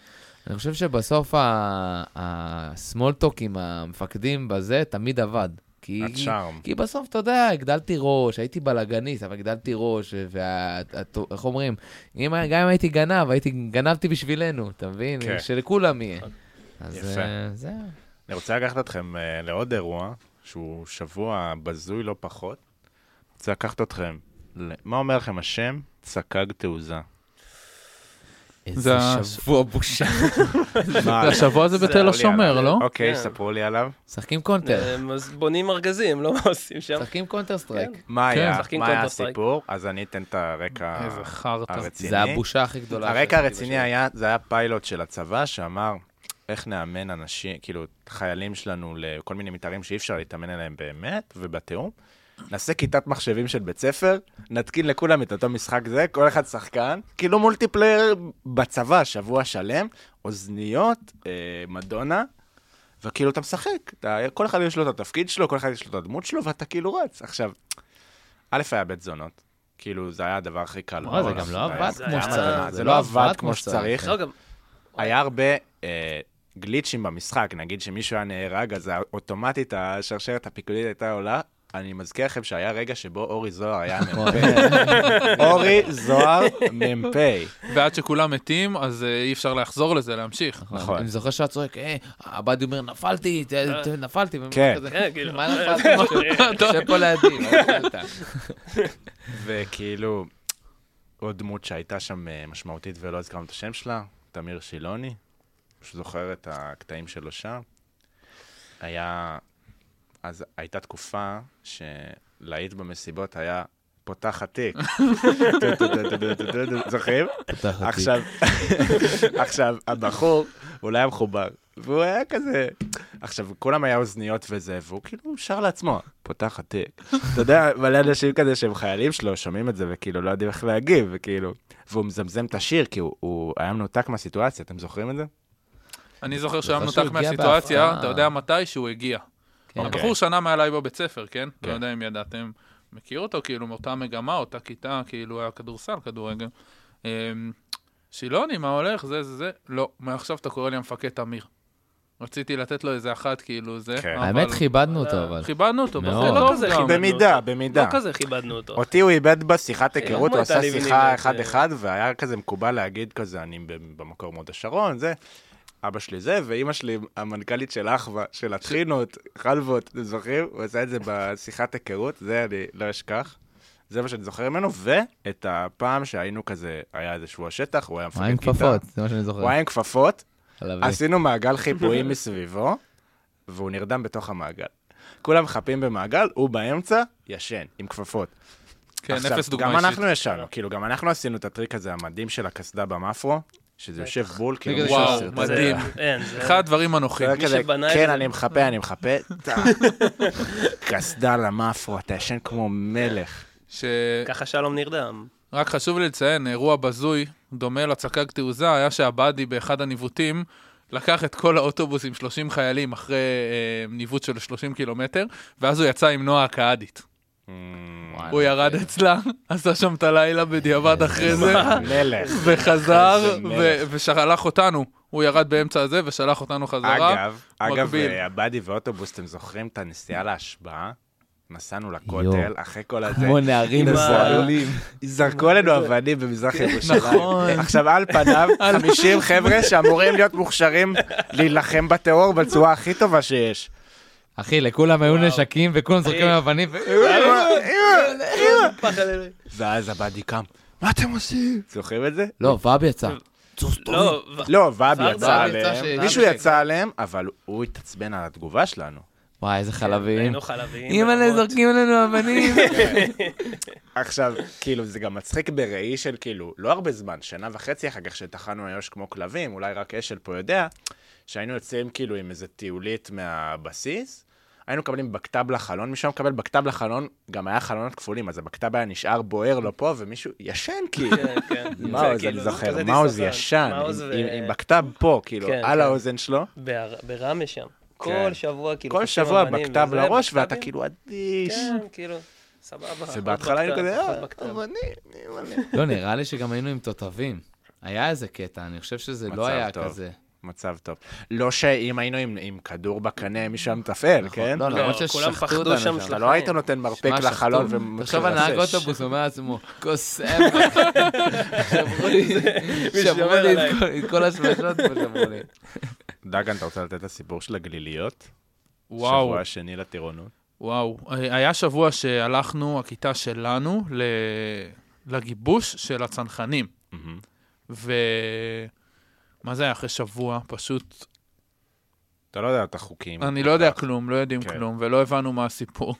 אני חושב שבסוף הסמולטוק עם המפקדים בזה תמיד עבד. כי בסוף, אתה יודע, הגדלתי ראש, הייתי בלגניסט, אבל הגדלתי ראש, ואיך אומרים, גם אם הייתי גנב, הייתי גנבתי בשבילנו, אתה מבין? שלכולם יהיה. אז זה... אני רוצה לקחת אתכם לעוד אירוע, שהוא שבוע בזוי לא פחות. רוצה לקחת אתכם, מה אומר לכם השם? צקג תעוזה. איזה שבוע בושה. השבוע זה בתל השומר, לא? אוקיי, ספרו לי עליו. שחקים קונטר. אז בונים ארגזים, לא מה עושים שם. שחקים קונטר סטרייק. מה היה הסיפור? אז אני אתן את הרקע הרציני. זה הבושה הכי גדולה. הרקע הרציני היה, זה היה פיילוט של הצבא שאמר, איך נאמן אנשים, כאילו, חיילים שלנו לכל מיני מתארים שאי אפשר להתאמן עליהם באמת ובתיאום. נעשה כיתת מחשבים של בית ספר, נתקין לכולם את אותו משחק זה, כל אחד שחקן, כאילו מולטיפלייר בצבא, שבוע שלם, אוזניות, אה, מדונה, וכאילו אתה משחק, אתה, כל אחד יש לו את התפקיד שלו, כל אחד יש לו את הדמות שלו, ואתה כאילו רץ. עכשיו, א' היה בית זונות, כאילו זה היה הדבר הכי קל. זה גם לא עבד כמו שצריך. זה לא עבד כמו שצריך. היה הרבה גליצ'ים במשחק, נגיד שמישהו היה נהרג, אז אוטומטית השרשרת הפיקודית הייתה עולה, אני מזכיר לכם שהיה רגע שבו אורי זוהר היה מ"פ. אורי זוהר מ"פ. ועד שכולם מתים, אז אי אפשר לחזור לזה, להמשיך. נכון. אני זוכר שאת צועק, אה, הבאדי אומר, נפלתי, נפלתי. כן. מה נפלתי? יושב פה לידי, לא נפלת. וכאילו, עוד דמות שהייתה שם משמעותית ולא הזכרנו את השם שלה, תמיר שילוני, שזוכר את הקטעים שלו שם. היה... אז הייתה תקופה שלהיט במסיבות היה פותח התיק. זוכרים? פותח התיק. עכשיו, עכשיו, הבחור, הוא לא היה מחובר, והוא היה כזה... עכשיו, כולם היה אוזניות וזה, והוא כאילו שר לעצמו, פותח התיק. אתה יודע, מלא אנשים כזה שהם חיילים שלו, שומעים את זה וכאילו לא יודעים איך להגיב, וכאילו... והוא מזמזם את השיר, כי הוא היה מנותק מהסיטואציה, אתם זוכרים את זה? אני זוכר שהיה מנותק מהסיטואציה, אתה יודע מתי שהוא הגיע. הבחור שנה מעליי בבית ספר, כן? לא יודע אם ידעתם, מכיר אותו כאילו מאותה מגמה, אותה כיתה, כאילו היה כדורסל, כדורגל. שילוני, מה הולך? זה, זה, זה. לא, מעכשיו אתה קורא לי המפקד תמיר. רציתי לתת לו איזה אחת, כאילו זה. האמת חיבדנו אותו, אבל. חיבדנו אותו, במידה, במידה. לא כזה חיבדנו אותו. אותי הוא איבד בשיחת היכרות, הוא עשה שיחה אחד-אחד, והיה כזה מקובל להגיד כזה, אני במקור מוד השרון, זה. אבא שלי זה, ואמא שלי, המנכ"לית של אחווה, של הטחינות, חלבות, אתם זוכרים? הוא עשה את זה בשיחת היכרות, זה אני לא אשכח. זה מה שאני זוכר ממנו, ואת הפעם שהיינו כזה, היה איזה שבוע שטח, הוא היה מפקד כיתה. הוא היה עם כפפות, זה מה שאני זוכר. הוא היה עם כפפות, עשינו מעגל חיפויים מסביבו, והוא נרדם בתוך המעגל. כולם חפים במעגל, הוא באמצע, ישן, עם כפפות. כן, אפס דוגמה אישית. גם אנחנו ישנו, כאילו, גם אנחנו עשינו את הטריק הזה, המדהים של הקסדה במאפרו, שזה יושב בול, כאילו מישהו וואו, מדהים. אחד הדברים הנוחים. כן, אני מחפה, אני מחפה. קסדה למאפרו, אתה ישן כמו מלך. ככה שלום נרדם. רק חשוב לי לציין, אירוע בזוי, דומה לצקג תעוזה, היה שהבאדי באחד הניווטים, לקח את כל האוטובוס עם שלושים חיילים אחרי ניווט של שלושים קילומטר, ואז הוא יצא עם נועה הקאדית. הוא ירד אצלה, עשה שם את הלילה בדיעבד אחרי זה, וחזר ושלח אותנו. הוא ירד באמצע הזה ושלח אותנו חזרה. אגב, אגב, הבאדי ואוטובוס, אתם זוכרים את הנסיעה להשבעה? נסענו לכותל, אחרי כל הזה. כמו נערים מסועלים. זרקו עלינו אבנים במזרח ירושלים. נכון. עכשיו על פניו, חמישים חבר'ה שאמורים להיות מוכשרים להילחם בטרור בצורה הכי טובה שיש. אחי, לכולם היו נשקים וכולם זורקים אבנים. ואז הבאדי קם, מה אתם עושים? זוכרים את זה? לא, ואב יצא. לא, ואב יצא עליהם. מישהו יצא עליהם, אבל הוא התעצבן על התגובה שלנו. וואי, איזה חלבים. היינו חלבים. אימא'לה, זורקים עלינו אבנים. עכשיו, כאילו, זה גם מצחיק בראי של כאילו, לא הרבה זמן, שנה וחצי אחר כך שטחנו איו"ש כמו כלבים, אולי רק אשל פה יודע, שהיינו יוצאים כאילו עם איזה טיולית מהבסיס, היינו מקבלים בקתב לחלון, מישהו מקבל בקתב לחלון, גם היה חלונות כפולים, אז הבקתב היה נשאר בוער לו פה, ומישהו ישן כאילו. מעוז, אני זוכר, מעוז ישן, עם בקתב פה, כאילו, על האוזן שלו. ברמה שם. כל שבוע, כאילו, כל שבוע בקתב לראש, ואתה כאילו אדיש. כן, כאילו, סבבה. ובהתחלה היינו כזה, אה, אבנים, לא, נראה לי שגם היינו עם תותבים. היה איזה קטע, אני חושב שזה לא היה כזה. מצב טוב. לא שאם היינו עם, עם כדור בקנה, מישהו היה מטפל, כן? לא, למרות כולם ששחטו פחדו אותנו שם. שם. אתה לא היית נותן מרפק לחלון ומתחיל לסש. עכשיו הנהג אוטובוס אומר לעצמו, כוס אמא. שברו לי את כל השמשות פה, שברו לי. דגן, אתה רוצה לתת את הסיפור של הגליליות? וואו. שבוע השני לטירונות. וואו, היה שבוע שהלכנו, הכיתה שלנו, לגיבוש של הצנחנים. ומה זה היה אחרי שבוע? פשוט... אתה לא יודע את החוקים. אני לא יודע כלום, לא יודעים כלום, ולא הבנו מה הסיפור.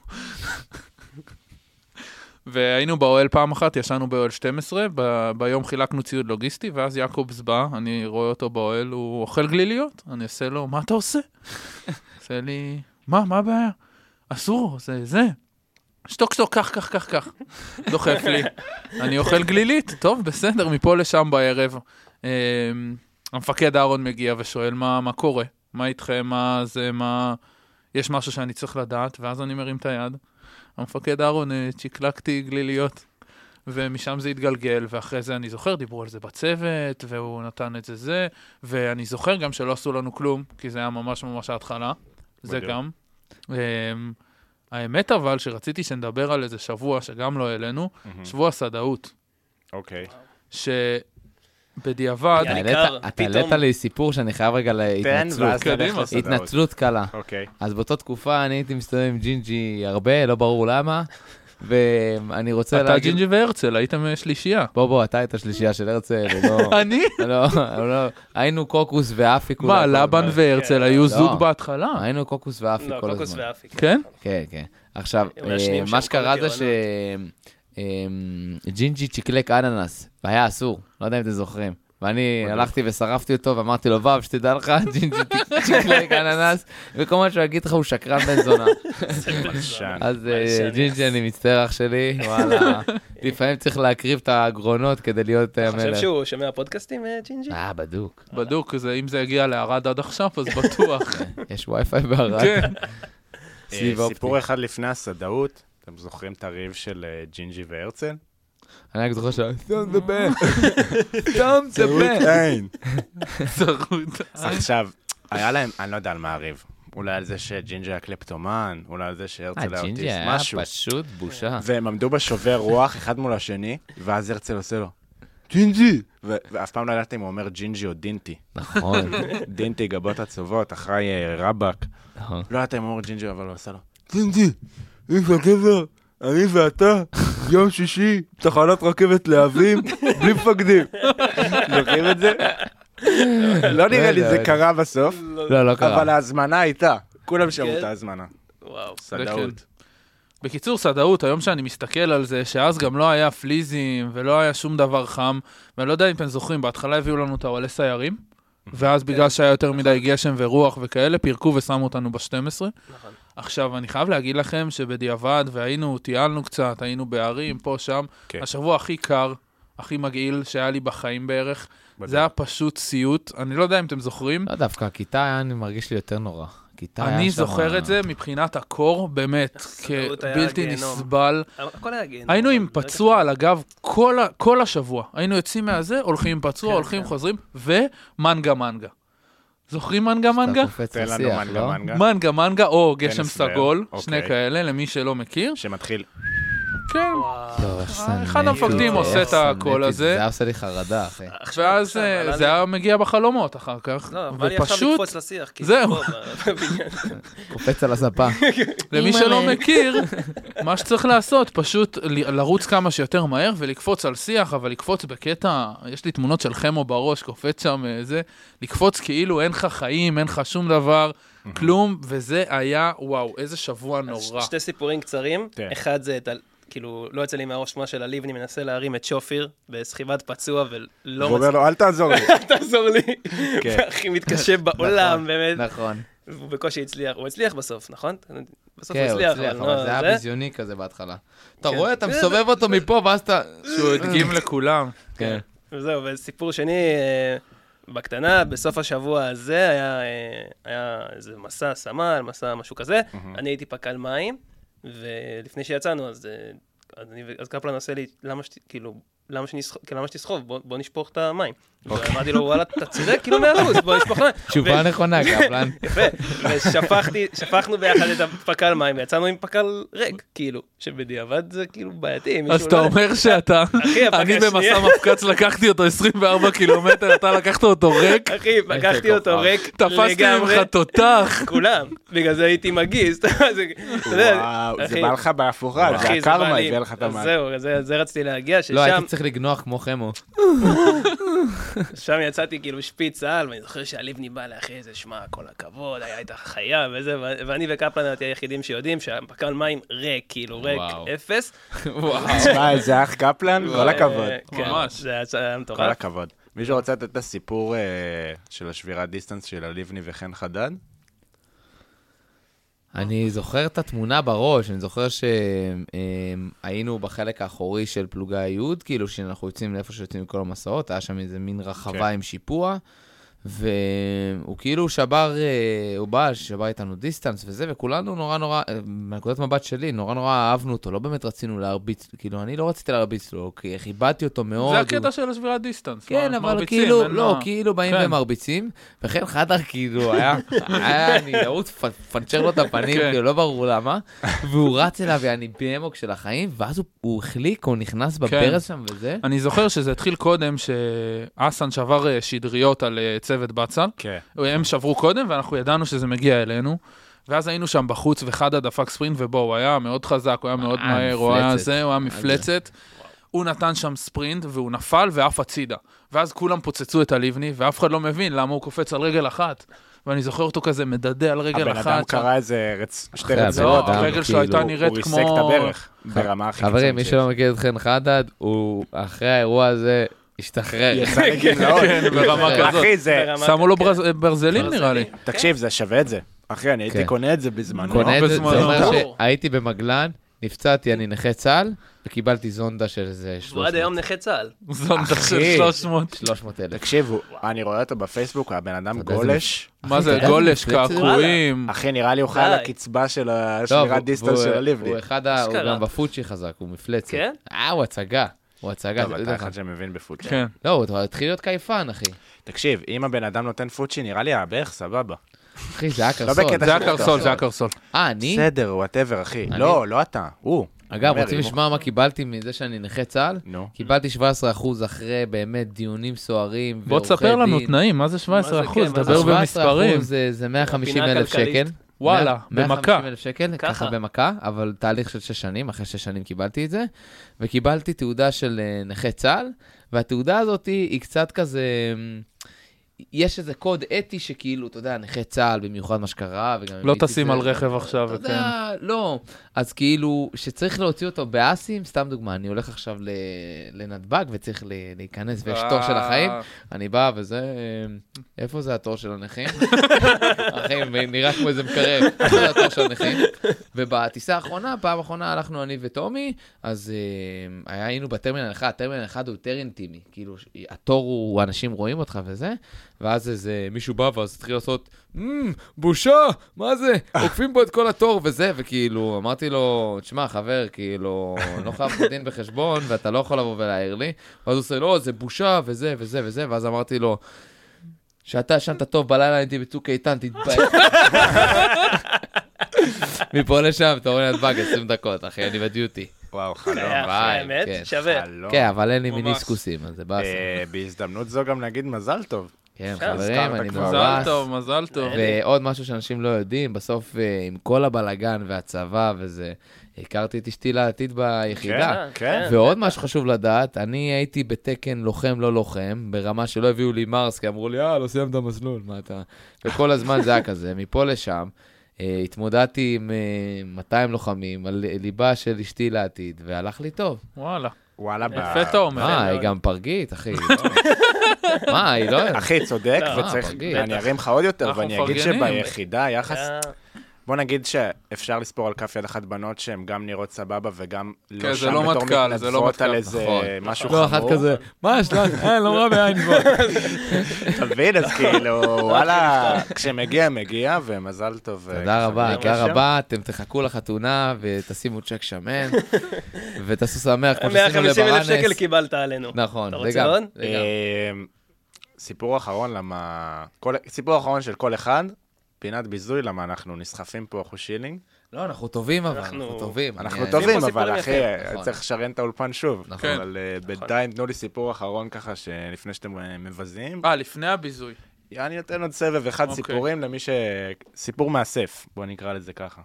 והיינו באוהל פעם אחת, ישנו באוהל שתים עשרה, ביום חילקנו ציוד לוגיסטי, ואז יעקובס בא, אני רואה אותו באוהל, הוא אוכל גליליות, אני עושה לו, מה אתה עושה? עושה לי, מה, מה הבעיה? אסור, זה, זה. שתוק, שתוק, כך, כך, כך, כך. דוחף לי. אני אוכל גלילית, טוב, בסדר, מפה לשם בערב. המפקד אהרון מגיע ושואל מה, מה קורה, מה איתכם, מה זה, מה... יש משהו שאני צריך לדעת, ואז אני מרים את היד. המפקד אהרון, צ'יקלקתי גליליות, ומשם זה התגלגל, ואחרי זה אני זוכר, דיברו על זה בצוות, והוא נתן את זה זה, ואני זוכר גם שלא עשו לנו כלום, כי זה היה ממש ממש ההתחלה, זה גם. האמת אבל שרציתי שנדבר על איזה שבוע, שגם לא אלינו, שבוע סדאות. אוקיי. שבדיעבד... אתה העלית לי סיפור שאני חייב רגע להתנצלות. התנצלות קלה. אוקיי. אז באותה תקופה אני הייתי מסתובב עם ג'ינג'י הרבה, לא ברור למה, ואני רוצה להגיד... אתה ג'ינג'י והרצל, הייתם שלישייה. בוא בוא, אתה היית שלישייה של הרצל. אני? לא, לא. היינו קוקוס ואפי. מה, לבן והרצל היו זוג בהתחלה? היינו קוקוס ואפי כל הזמן. לא, קוקוס ואפי. כן? כן, כן. עכשיו, מה שקרה זה שג'ינג'י צ'יקלק אננס, והיה אסור, לא יודע אם אתם זוכרים. ואני הלכתי ושרפתי אותו, ואמרתי לו, וואב, שתדע לך, ג'ינג'י צ'יקלק אננס, וכל מה שהוא יגיד לך, הוא שקרן בן זונה. אז ג'ינג'י, אני מצטער אח שלי, וואלה, לפעמים צריך להקריב את הגרונות כדי להיות מלך. אתה חושב שהוא שומע פודקאסטים, ג'ינג'י? אה, בדוק. בדוק, אם זה הגיע לערד עד עכשיו, אז בטוח. יש וי-פיי בערד. כן. סיפור אחד לפני הסדאות, אתם זוכרים את הריב של ג'ינג'י והרצל? אני רק זוכר ש... סתם זה בה. סתם זה בה. זרות. עכשיו, היה להם, אני לא יודע על מה הריב. אולי על זה שג'ינג'י היה קלפטומן, אולי על זה שהרצל היה אוטיסט, משהו. ג'ינג'י היה פשוט בושה. והם עמדו בשובר רוח, אחד מול השני, ואז הרצל עושה לו, ג'ינג'י! ואף פעם לא ידעתי אם הוא אומר ג'ינג'י או דינטי. נכון. דינטי, גבות עצובות, אחרי רבק. נכון. לא ידעתי אם הוא אומר ג'ינג'י, אבל הוא עשה לו, ג'ינג'י, איפה הגבר? אני ואתה, יום שישי, תחנת רכבת להבים, בלי מפקדים. זוכרים את זה? לא נראה לי זה קרה בסוף, לא, לא קרה. אבל ההזמנה הייתה. כולם שמעו את ההזמנה. וואו. סדאות. בקיצור, סדאות, היום שאני מסתכל על זה, שאז גם לא היה פליזים ולא היה שום דבר חם, ואני לא יודע אם אתם זוכרים, בהתחלה הביאו לנו את האוהלי סיירים, ואז בגלל שהיה יותר מדי גשם ורוח וכאלה, פירקו ושמו אותנו ב-שתים עשרה. נכון. עכשיו, אני חייב להגיד לכם שבדיעבד, והיינו, טיילנו קצת, היינו בערים, פה, שם, כן. השבוע הכי קר, הכי מגעיל שהיה לי בחיים בערך, זה היה פשוט סיוט, אני לא יודע אם אתם זוכרים. לא דווקא, הכיתה היה, אני מרגיש לי יותר נורא. אני זוכר את זה מבחינת הקור, באמת, כבלתי נסבל. הכל היה גיהנום. היינו עם פצוע על הגב כל השבוע. היינו יוצאים מהזה, הולכים עם פצוע, הולכים, חוזרים, ומנגה מנגה. זוכרים מנגה מנגה? תן לנו מנגה מנגה. מנגה מנגה, או גשם סגול, שני כאלה, למי שלא מכיר. שמתחיל. כן. אחד המפקדים עושה את הקול הזה. זה היה עושה לי חרדה, אחי. ואז זה היה מגיע בחלומות אחר כך. לא, אבל אני עכשיו לקפוץ לשיח. זהו. קופץ על הספה. למי שלא מכיר, מה שצריך לעשות, פשוט לרוץ כמה שיותר מהר ולקפוץ על שיח, אבל לקפוץ בקטע, יש לי תמונות של חמו בראש, קופץ שם זה, לקפוץ כאילו אין לך חיים, אין לך שום דבר, כלום, וזה היה, וואו, איזה שבוע נורא. שתי סיפורים קצרים, אחד זה את ה... כאילו, לא יצא לי מהראש מה של הליבני, מנסה להרים את שופיר בסחיבת פצוע, ולא מצליח. הוא אומר לו, אל תעזור לי. אל תעזור לי. והכי מתקשה בעולם, באמת. נכון. הוא בקושי הצליח. הוא הצליח בסוף, נכון? בסוף הוא הצליח, אבל זה היה ביזיוני כזה בהתחלה. אתה רואה, אתה מסובב אותו מפה, ואז אתה... שהוא הדגים לכולם. כן. וזהו, וסיפור שני, בקטנה, בסוף השבוע הזה, היה איזה מסע סמל, מסע משהו כזה. אני הייתי פקל מים. ולפני שיצאנו, אז, אז, אני, אז קפלן עושה לי, למה שת, כאילו, למה שתסחוב? בוא נשפוך את המים. ואמרתי לו, וואלה, אתה צודק, כאילו מאה אחוז, בוא נשפוך את המים. תשובה נכונה, קפלן. יפה, ושפכנו ביחד את הפקל מים, ויצאנו עם פקל ריק, כאילו, שבדיעבד זה כאילו בעייתי. אז אתה אומר שאתה, אני במסע מפקץ לקחתי אותו עשרים וארבעה קילומטר, אתה לקחת אותו ריק? אחי, לקחתי אותו ריק תפסתי ממך תותח. כולם, בגלל זה הייתי מגיז. וואו, זה בא לך בהפוכה, זה הקרמה, הביא לך את המים. זהו, זה רציתי להגיע, ששם... לא, הייתי צריך לגנוח כמו חמו. שם יצאתי כאילו שפיץ על, ואני זוכר שהליבני בא לאחרי זה, שמע, כל הכבוד, היה איתה חיה וזה, ואני וקפלן הייתי היחידים שיודעים שהפקל מים ריק, כאילו ריק, אפס. תשמע, איזה אח קפלן, כל הכבוד. ממש. זה היה מטורף. כל הכבוד. מישהו רוצה לתת את הסיפור של השבירת דיסטנס של הליבני וחן חדד? אני זוכר את התמונה בראש, אני זוכר שהיינו בחלק האחורי של פלוגה היוד, כאילו שאנחנו יוצאים לאיפה שיוצאים מכל המסעות, היה שם איזה מין רחבה עם שיפוע, והוא כאילו שבר, הוא בא, שבר איתנו דיסטנס וזה, וכולנו נורא נורא, מנקודת מבט שלי, נורא נורא אהבנו אותו, לא באמת רצינו להרביץ, כאילו אני לא רציתי להרביץ לו, כי כיבדתי אותו מאוד. זה הקטע של השבירת דיסטנס. כן, אבל כאילו, לא, כאילו באים ומרביצים, וכן חדר כאילו היה, היה, אני נעוץ פנצ'ר לו את הפנים, כאילו לא ברור למה, והוא רץ אליו, ואני באמוק של החיים, ואז הוא החליק, הוא נכנס בברז שם וזה. אני זוכר שזה התחיל קודם, שאסן שבר שדריות על צוות בצל, הם שברו קודם, ואנחנו ידענו שזה מגיע אלינו, ואז היינו שם בחוץ, וחדה דפק ספרינט, ובו, הוא היה מאוד חזק, הוא היה מאוד מהר, הוא היה זה, הוא היה מפלצת, הוא נתן שם ספרינט, והוא נפל, ואף הצידה. ואז כולם פוצצו את הליבני, ואף אחד לא מבין למה הוא קופץ על רגל אחת, ואני זוכר אותו כזה מדדה על רגל אחת. הבן אדם קרא איזה שתי רצועות, הרגל שלו הייתה נראית כמו... הוא ריסק את הברך, ברמה הכי קיצונית. חברים, מי שלא מכיר את חן חדד, הוא אחרי האירוע הזה השתחרר. יצא לגמלאות. כן, ברמה כזאת. אחי, זה... שמו לו ברזלים נראה לי. תקשיב, זה שווה את זה. אחי, אני הייתי קונה את זה בזמנו. קונה את זה, זה אומר שהייתי במגלן, נפצעתי, אני נכה צהל, וקיבלתי זונדה של איזה שלוש מאות. הוא עד היום נכה צהל. זונדה של שלוש מאות. שלוש מאות אלף. תקשיבו, אני רואה אותו בפייסבוק, הבן אדם גולש. מה זה, גולש, קעקועים. אחי, נראה לי הוא חי על הקצבה של השמירת דיסטנס של הליבני. הוא אחד, הוא גם בפוצ'י חזק, הוא מפלצת. כן? אה, הוא הצגה. הוא הצגה. טוב, אתה אחד שמבין בפוצ'י. כן. לא, הוא התחיל להיות קייפן, אחי. תקשיב, אם הבן אדם נותן פוצ'י, נראה לי הבערך סבבה. אחי, זה היה קרסול. זה היה קרסול, זה היה קרסול. אה, אני? בסדר, וואטאבר, אחי. לא, לא אתה, הוא. אגב, רוצים לשמוע מה קיבלתי מזה שאני נכה צהל? קיבלתי שבעה עשר אחוז אחרי באמת דיונים סוערים. בוא תספר לנו תנאים, מה זה שבעה עשר אחוז? דבר במספרים. שבעה עשר אחוז זה מאה וחמישים אלף שקל. וואלה, במכה. מאה וחמישים אלף שקל, ככה במכה, אבל תהליך של שש שנים, אחרי שש שנים קיבלתי את זה, וקיבלתי תעודה של נכה צהל, והתעודה הזאת היא קצת כזה... יש איזה קוד אתי שכאילו, אתה יודע, נכה צהל, במיוחד מה שקרה, וגם... לא תשים על רכב עכשיו, אתה יודע, לא. אז כאילו, שצריך להוציא אותו באסים, סתם דוגמה, אני הולך עכשיו לנתב"ג, וצריך להיכנס, ויש תור של החיים, אני בא וזה, איפה זה התור של הנכים? אחי, נראה כמו איזה מקרב, איפה זה התור של הנכים? ובטיסה האחרונה, פעם האחרונה הלכנו אני וטומי, אז היינו בטרמינל אחד, הטרמינל אחד הוא יותר אינטימי, כאילו, התור הוא, אנשים רואים אותך וזה, ואז איזה מישהו בא ואז התחיל לעשות, בושה, מה זה? עוקפים בו את כל התור וזה, וכאילו, אמרתי לו, תשמע, חבר, כאילו, לא חייב דין בחשבון, ואתה לא יכול לבוא ולהעיר לי, ואז הוא עושה, לא, זה בושה, וזה, וזה, וזה, ואז אמרתי לו, שאתה ישנת טוב בלילה, הייתי בצוק איתן, תתבייש. מפה לשם, אתה רואה נתב"ג, עשרים דקות, אחי, אני בדיוטי. וואו, חלום. באמת, שווה. כן, אבל אין לי מיניסקוסים, אז זה באסה. בהזדמנות זו גם נגיד מזל טוב. כן, חברים, אני ממש. מזל טוב, מזל טוב. ועוד משהו שאנשים לא יודעים, בסוף עם כל הבלגן והצבא וזה, הכרתי את אשתי לעתיד ביחידה. ועוד משהו חשוב לדעת, אני הייתי בתקן לוחם לא לוחם, ברמה שלא הביאו לי מרס, כי אמרו לי, אה, לא סיימת המסלול, מה אתה... וכל הזמן זה היה כזה, מפה לשם. התמודדתי עם מאתיים לוחמים על ליבה של אשתי לעתיד, והלך לי טוב. וואלה. וואלה, יפה טוב. מה, היא גם פרגית, אחי. מה, היא לא... אחי, צודק, וצריך, ואני ארים לך עוד יותר, ואני אגיד שביחידה, יחס... בוא נגיד שאפשר לספור על כף יד אחת בנות שהן גם נראות סבבה וגם כן, לא זה שם לא בתור מטכ"ל, זה לא מתנדבות מטכ"ל. על איזה נכון. משהו לא, אחת חמור. כזה, מה יש לך? אין, לא רע בעין בו. תבין, אז כאילו, וואלה, כשמגיע, מגיע, ומזל טוב. תודה רבה, תודה רבה, אתם תחכו לחתונה ותשימו צ'ק שמן, ותעשו שמח כמו שעשינו מאה וחמישים אלף לברנס. שקל קיבלת עלינו. נכון, אתה רוצה עוד? סיפור אחרון, למה... סיפור אחרון של כל אחד, פינת ביזוי, למה אנחנו נסחפים פה אחוז שילינג. לא, אנחנו טובים אבל, אנחנו- אנחנו טובים. אנחנו אני- טובים, פה אבל סיפורים אחי, נכון. צריך לשרן את האולפן שוב. נכון. אבל אה, בינתיים תנו לי סיפור אחרון ככה, שלפני שאתם אה, מבזים. אה, לפני הביזוי. אני נותן עוד סבב אחד אוקיי. סיפורים למי ש... סיפור מאסף, בוא נקרא לזה ככה.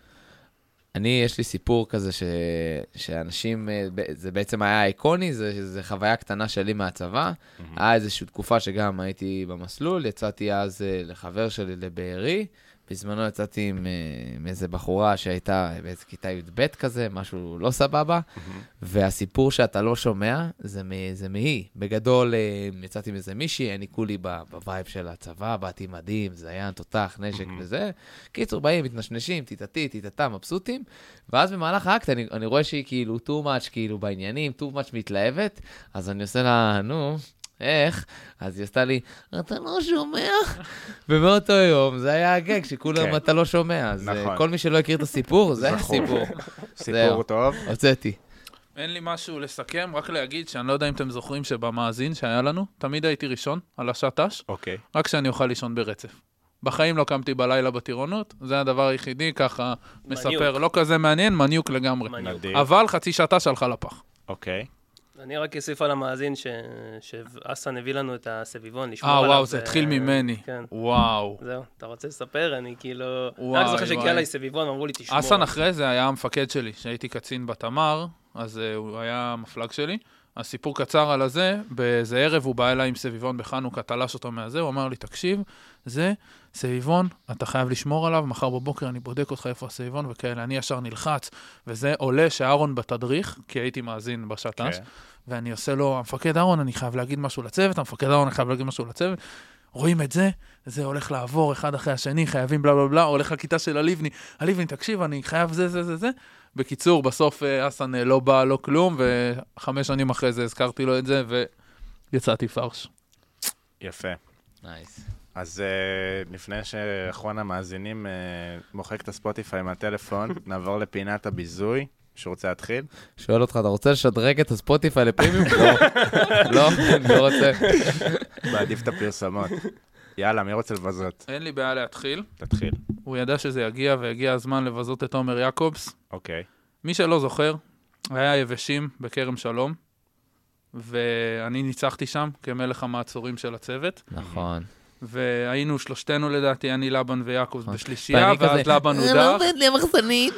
אני, יש לי סיפור כזה ש... שאנשים, אה, ב- זה בעצם היה איקוני, זה, זה חוויה קטנה שלי מהצבא. היה איזושהי תקופה שגם הייתי במסלול, יצאתי אז אה, לחבר שלי לבארי, בזמנו יצאתי עם, אה, עם איזה בחורה שהייתה באיזה כיתה י"ב כזה, משהו לא סבבה, והסיפור שאתה לא שומע, זה, מ- זה מהי. בגדול, אה, יצאתי עם איזה מישהי, העניקו לי ב- בווייב של הצבא, באתי מדהים, זה היה תותח, נשק וזה. קיצור, באים, מתנשנשים, טיטטי, טיטטה, מבסוטים, ואז במהלך האקט אני, אני רואה שהיא כאילו too much, כאילו בעניינים, too much מתלהבת, אז אני עושה לה, נו, איך? אז היא עשתה לי, אתה לא שומע? ובאותו יום זה היה הגג, שכולם כן. אתה לא שומע. אז נכון. אה, כל מי שלא הכיר את הסיפור, זה זכור. הסיפור. סיפור זהו. טוב. הוצאתי. אין לי משהו לסכם, רק להגיד שאני לא יודע אם אתם זוכרים שבמאזין שהיה לנו, תמיד הייתי ראשון על השטש, אוקיי. רק שאני אוכל לישון ברצף. בחיים לא קמתי בלילה בטירונות, זה הדבר היחידי, ככה מספר, לא כזה מעניין, מניוק לגמרי. מניוק. נדיר. אבל חצי שעתה שלחה לפח. אוקיי. אני רק אוסיף על המאזין ש- שאסן הביא לנו את הסביבון, לשמור אה, עליו. וואו, זה ו- התחיל ממני. כן. וואו. זהו, אתה רוצה לספר? אני כאילו... וואי, רק זוכר שהגיע וואי. אליי סביבון, אמרו לי, תשמור. אסן אחרי זה היה המפקד שלי, שהייתי קצין בתמר, אז uh, הוא היה המפלג שלי. הסיפור קצר על הזה, באיזה ערב הוא בא אליי עם סביבון בחנוכה, תלש אותו מהזה, הוא אמר לי, תקשיב, זה סביבון, אתה חייב לשמור עליו, מחר בבוקר אני בודק אותך איפה הסביבון וכאלה, אני ישר נלחץ, וזה עולה שאהרון בתדריך, כי הייתי מאזין בשטש, כן. ואני עושה לו, המפקד אהרון, אני חייב להגיד משהו לצוות, המפקד אהרון, אני חייב להגיד משהו לצוות, רואים את זה, זה הולך לעבור אחד אחרי השני, חייבים בלה בלה בלה, הולך לכיתה של הליבני, הליבני, תקשיב, אני חייב זה, זה, זה, זה. בקיצור, בסוף אסן לא בא, לא כלום, וחמש שנים אחרי זה הזכרתי לו את זה, ויצאתי פרש. יפה. נייס. אז uh, לפני שאחרון המאזינים uh, מוחק את הספוטיפיי מהטלפון, נעבור לפינת הביזוי. מישהו רוצה להתחיל? שואל אותך, אתה רוצה לשדרג את הספוטיפיי לפרימיום? לא. לא, אני לא רוצה. מעדיף את הפרסומות. יאללה, מי רוצה לבזות? אין לי בעיה להתחיל. תתחיל. הוא ידע שזה יגיע, והגיע הזמן לבזות את עומר יעקובס. אוקיי. מי שלא זוכר, היה יבשים בכרם שלום, ואני ניצחתי שם כמלך המעצורים של הצוות, נכון. והיינו שלושתנו לדעתי, אני, לבן ויעקובס בשלישייה, ואני ואז כזה, לבן לא הודח, עובד לי המחסנית.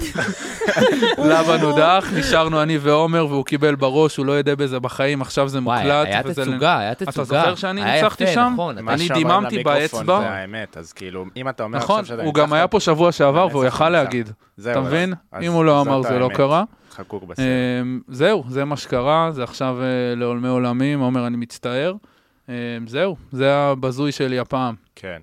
לבן הודח, נשארנו אני ועומר, והוא קיבל בראש, הוא לא ידע בזה בחיים, עכשיו זה וואי, מוקלט. היה וזה- תצוגה, היה תצוגה. אתה זוכר שאני היה ניצחתי יפה, שם? נכון, מה אני שאמרנו דיממתי למיקרופון באצבע. זה האמת, אז כאילו, אם אתה אומר נכון, עכשיו שאתה הוא גם ניצחת, היה פה שבוע שעבר, והוא באמת יכל ניצחת. להגיד. זהו, אתה אז- מבין? אז אם הוא לא זאת אמר, זה לא האמת. קרה. חקוק בסדר. אמ, זהו, זה מה שקרה, זה עכשיו אה, לעולמי עולמים, עומר, אני מצטער. אמ, זהו, זה הבזוי שלי הפעם. כן.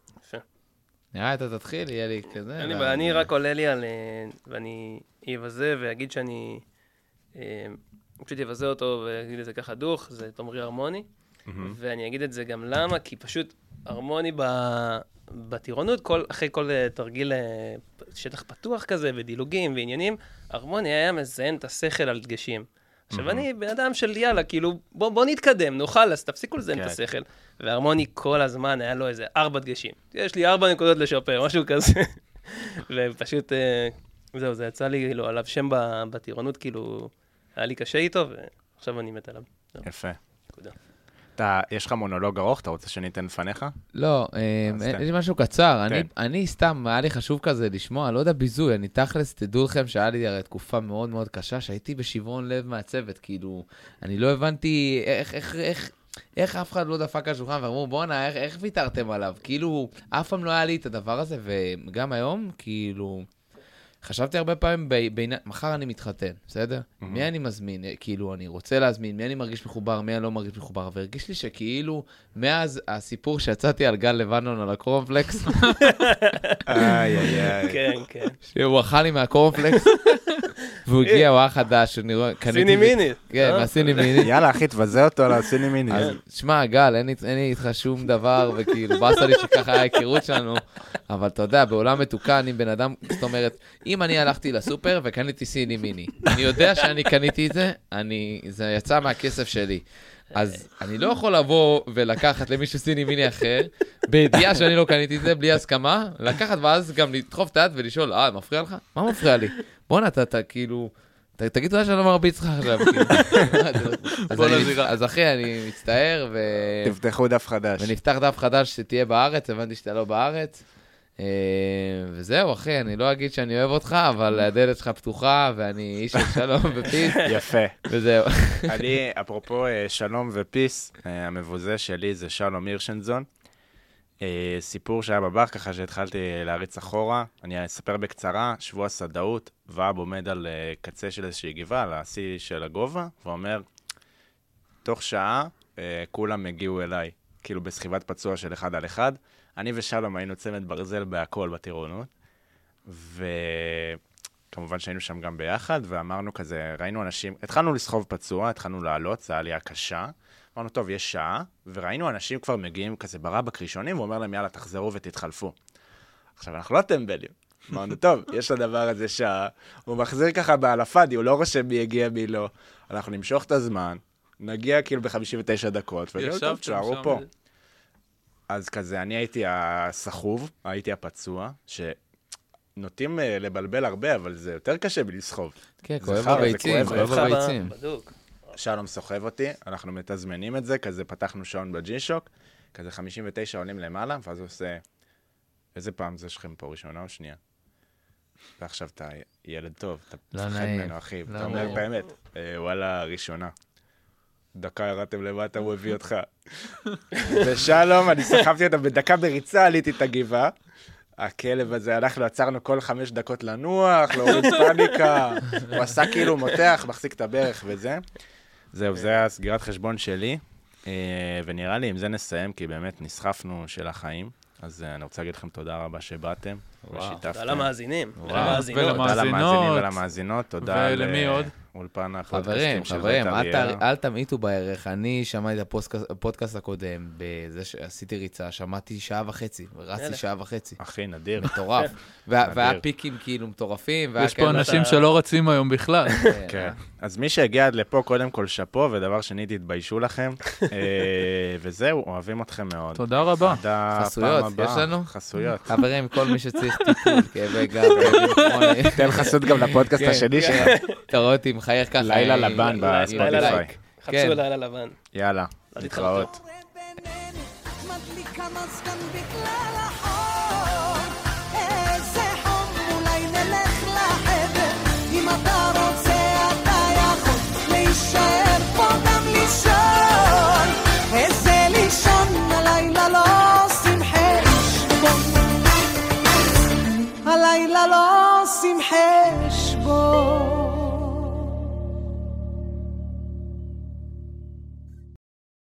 נראה, אתה תתחיל, יהיה לי כזה. אין לי ואז- בעיה, אני רק עולה לי על... אה, ואני אבזה ואגיד שאני... אה, פשוט אבזה אותו ואגיד את זה ככה דוך, זה תומרי הרמוני. ואני אגיד את זה גם למה, כי פשוט הרמוני ב- בטירונות, כל- אחרי כל אה, תרגיל אה, שטח פתוח כזה ודילוגים ועניינים, הרמוני היה מזיין את השכל על דגשים. עכשיו אני בן אדם של יאללה, כאילו, בוא, בוא נתקדם, נוכל, אז תפסיקו לזיין את כן. השכל. והרמוני כל הזמן היה לו איזה ארבע דגשים. יש לי ארבע נקודות לשפר, משהו כזה. ופשוט, אה, זהו, זה יצא לי, כאילו, עליו שם ב- בטירונות, כאילו, היה לי קשה איתו, ועכשיו אני מת עליו. זהו, יפה. נקודה. אתה, יש לך מונולוג ארוך? אתה רוצה שאני אתן לפניך? לא, אה, אז אין תן. לי משהו קצר. אני- תן. אני סתם, היה לי חשוב כזה לשמוע, לא יודע, ביזוי. אני תכלס, תדעו לכם שהיה לי הרי תקופה מאוד מאוד קשה, שהייתי בשברון לב מהצוות, כאילו, אני לא הבנתי איך, איך, איך, איך אף אחד לא דפק על השולחן ואמרו, בואנה, איך, איך ויתרתם עליו? כאילו, אף פעם לא היה לי את הדבר הזה, וגם היום, כאילו, חשבתי הרבה פעמים, בין... מחר אני מתחתן, בסדר? Mm-hmm. מי אני מזמין? כאילו, אני רוצה להזמין, מי אני מרגיש מחובר, מי אני לא מרגיש מחובר, והרגיש לי שכאילו, מאז הסיפור שיצאתי על גל לבנון על הקורנפלקס, איי, איי, איי. כן, כן. שהוא אכל לי מהקורנפלקס, והוא הגיע, הוא היה חדש, אני רואה, סיני מיני. כן, מהסיני מיני. יאללה, אחי, תבזה אותו לסיני מיני. אז, שמע, גל, אין לי איתך שום דבר, וכאילו, באסה לי שככה היה ההיכרות שלנו, אבל אתה יודע, בעולם מתוקן, עם בן אדם, זאת אומרת, אם אני הלכתי לסופר וקניתי סיני מיני, אני יודע שאני קניתי את זה, אני, זה יצא מהכסף שלי. אז אני לא יכול לבוא ולקחת למישהו סיני מיני אחר, בידיעה שאני לא קניתי את זה, בלי הסכמה, לקחת ואז גם לדחוף את היד ולשאול, אה, מפריע לך? מה מפריע לי? בוא נתה, אתה כאילו, תגיד תודה שאני לא מרביץ לך עכשיו, כאילו. אז אחי, אני מצטער, ו... תפתחו דף חדש. ונפתח דף חדש שתהיה בארץ, הבנתי שאתה לא בארץ. וזהו, אחי, אני לא אגיד שאני אוהב אותך, אבל הדלת שלך פתוחה, ואני איש של שלום ופיס. יפה. וזהו. אני, אפרופו שלום ופיס, המבוזה שלי זה שלום הירשנזון. סיפור שהיה בבר, ככה שהתחלתי להריץ אחורה. אני אספר בקצרה, שבוע סדאות, ואב עומד על קצה של איזושהי גבעה, על השיא של הגובה, ואומר, תוך שעה, כולם הגיעו אליי, כאילו בסחיבת פצוע של אחד על אחד. אני ושלום היינו צמד ברזל בהכל בטירונות, וכמובן שהיינו שם גם ביחד, ואמרנו כזה, ראינו אנשים, התחלנו לסחוב פצוע, התחלנו לעלות, זה עלייה קשה, אמרנו, טוב, יש שעה, וראינו אנשים כבר מגיעים כזה ברבק ראשונים, ואומר להם, יאללה, תחזרו ותתחלפו. עכשיו, אנחנו לא טמבלים. אמרנו, טוב, יש לדבר הזה שעה, הוא מחזיר ככה באלפדי, הוא לא רושם מי הגיע מי לא. אנחנו נמשוך את הזמן, נגיע כאילו ב-חמישים ותשע דקות, ונראה טוב, תשארו פה. אז כזה, אני הייתי הסחוב, הייתי הפצוע, שנוטים לבלבל הרבה, אבל זה יותר קשה בלסחוב. כן, כואב בביצים, כואב בביצים. שלום סוחב אותי, אנחנו מתזמנים את זה, כזה פתחנו שעון בג'י-שוק, כזה חמישים ותשע עולים למעלה, ואז הוא עושה, איזה פעם זה שלכם פה, ראשונה או שנייה? ועכשיו אתה ילד טוב, אתה פחד ממנו, אחי, אתה אומר באמת, וואלה, ראשונה. דקה ירדתם למטה, הוא הביא אותך. ושלום, אני סחבתי אותה בדקה בריצה, עליתי את הגבעה. הכלב הזה, אנחנו עצרנו כל חמש דקות לנוח, להוריד פאניקה. הוא עשה כאילו מותח, מחזיק את הברך וזה. זהו, זה היה סגירת חשבון שלי. ונראה לי, עם זה נסיים, כי באמת נסחפנו של החיים. אז אני רוצה להגיד לכם תודה רבה שבאתם ושיתפתם. תודה למאזינים. ולמאזינות. תודה למאזינים ולמאזינות. תודה ולמי עוד? אולפן חברים, חברים, אל תמעיטו בערך. אני שמעתי את הפודקאסט הקודם, בזה שעשיתי ריצה, שמעתי שעה וחצי, ורצתי שעה וחצי. אחי, נדיר. מטורף. והיה פיקים כאילו מטורפים. יש פה אנשים שלא רצים היום בכלל. כן. אז מי שהגיע עד לפה, קודם כל שפו, ודבר שני, תתביישו לכם. וזהו, אוהבים אתכם מאוד. תודה רבה. חסויות, יש לנו? חסויות. חברים, כל מי שצריך טיפול, כאבי גב, תן חסות גם לפודקאסט השני שלך. אתה רואה אותי מחייך ככה. לילה לבן בספוטיפיי. חפשו לילה לבן. יאללה, להתראות. מדליקה מזגן בכלל החיים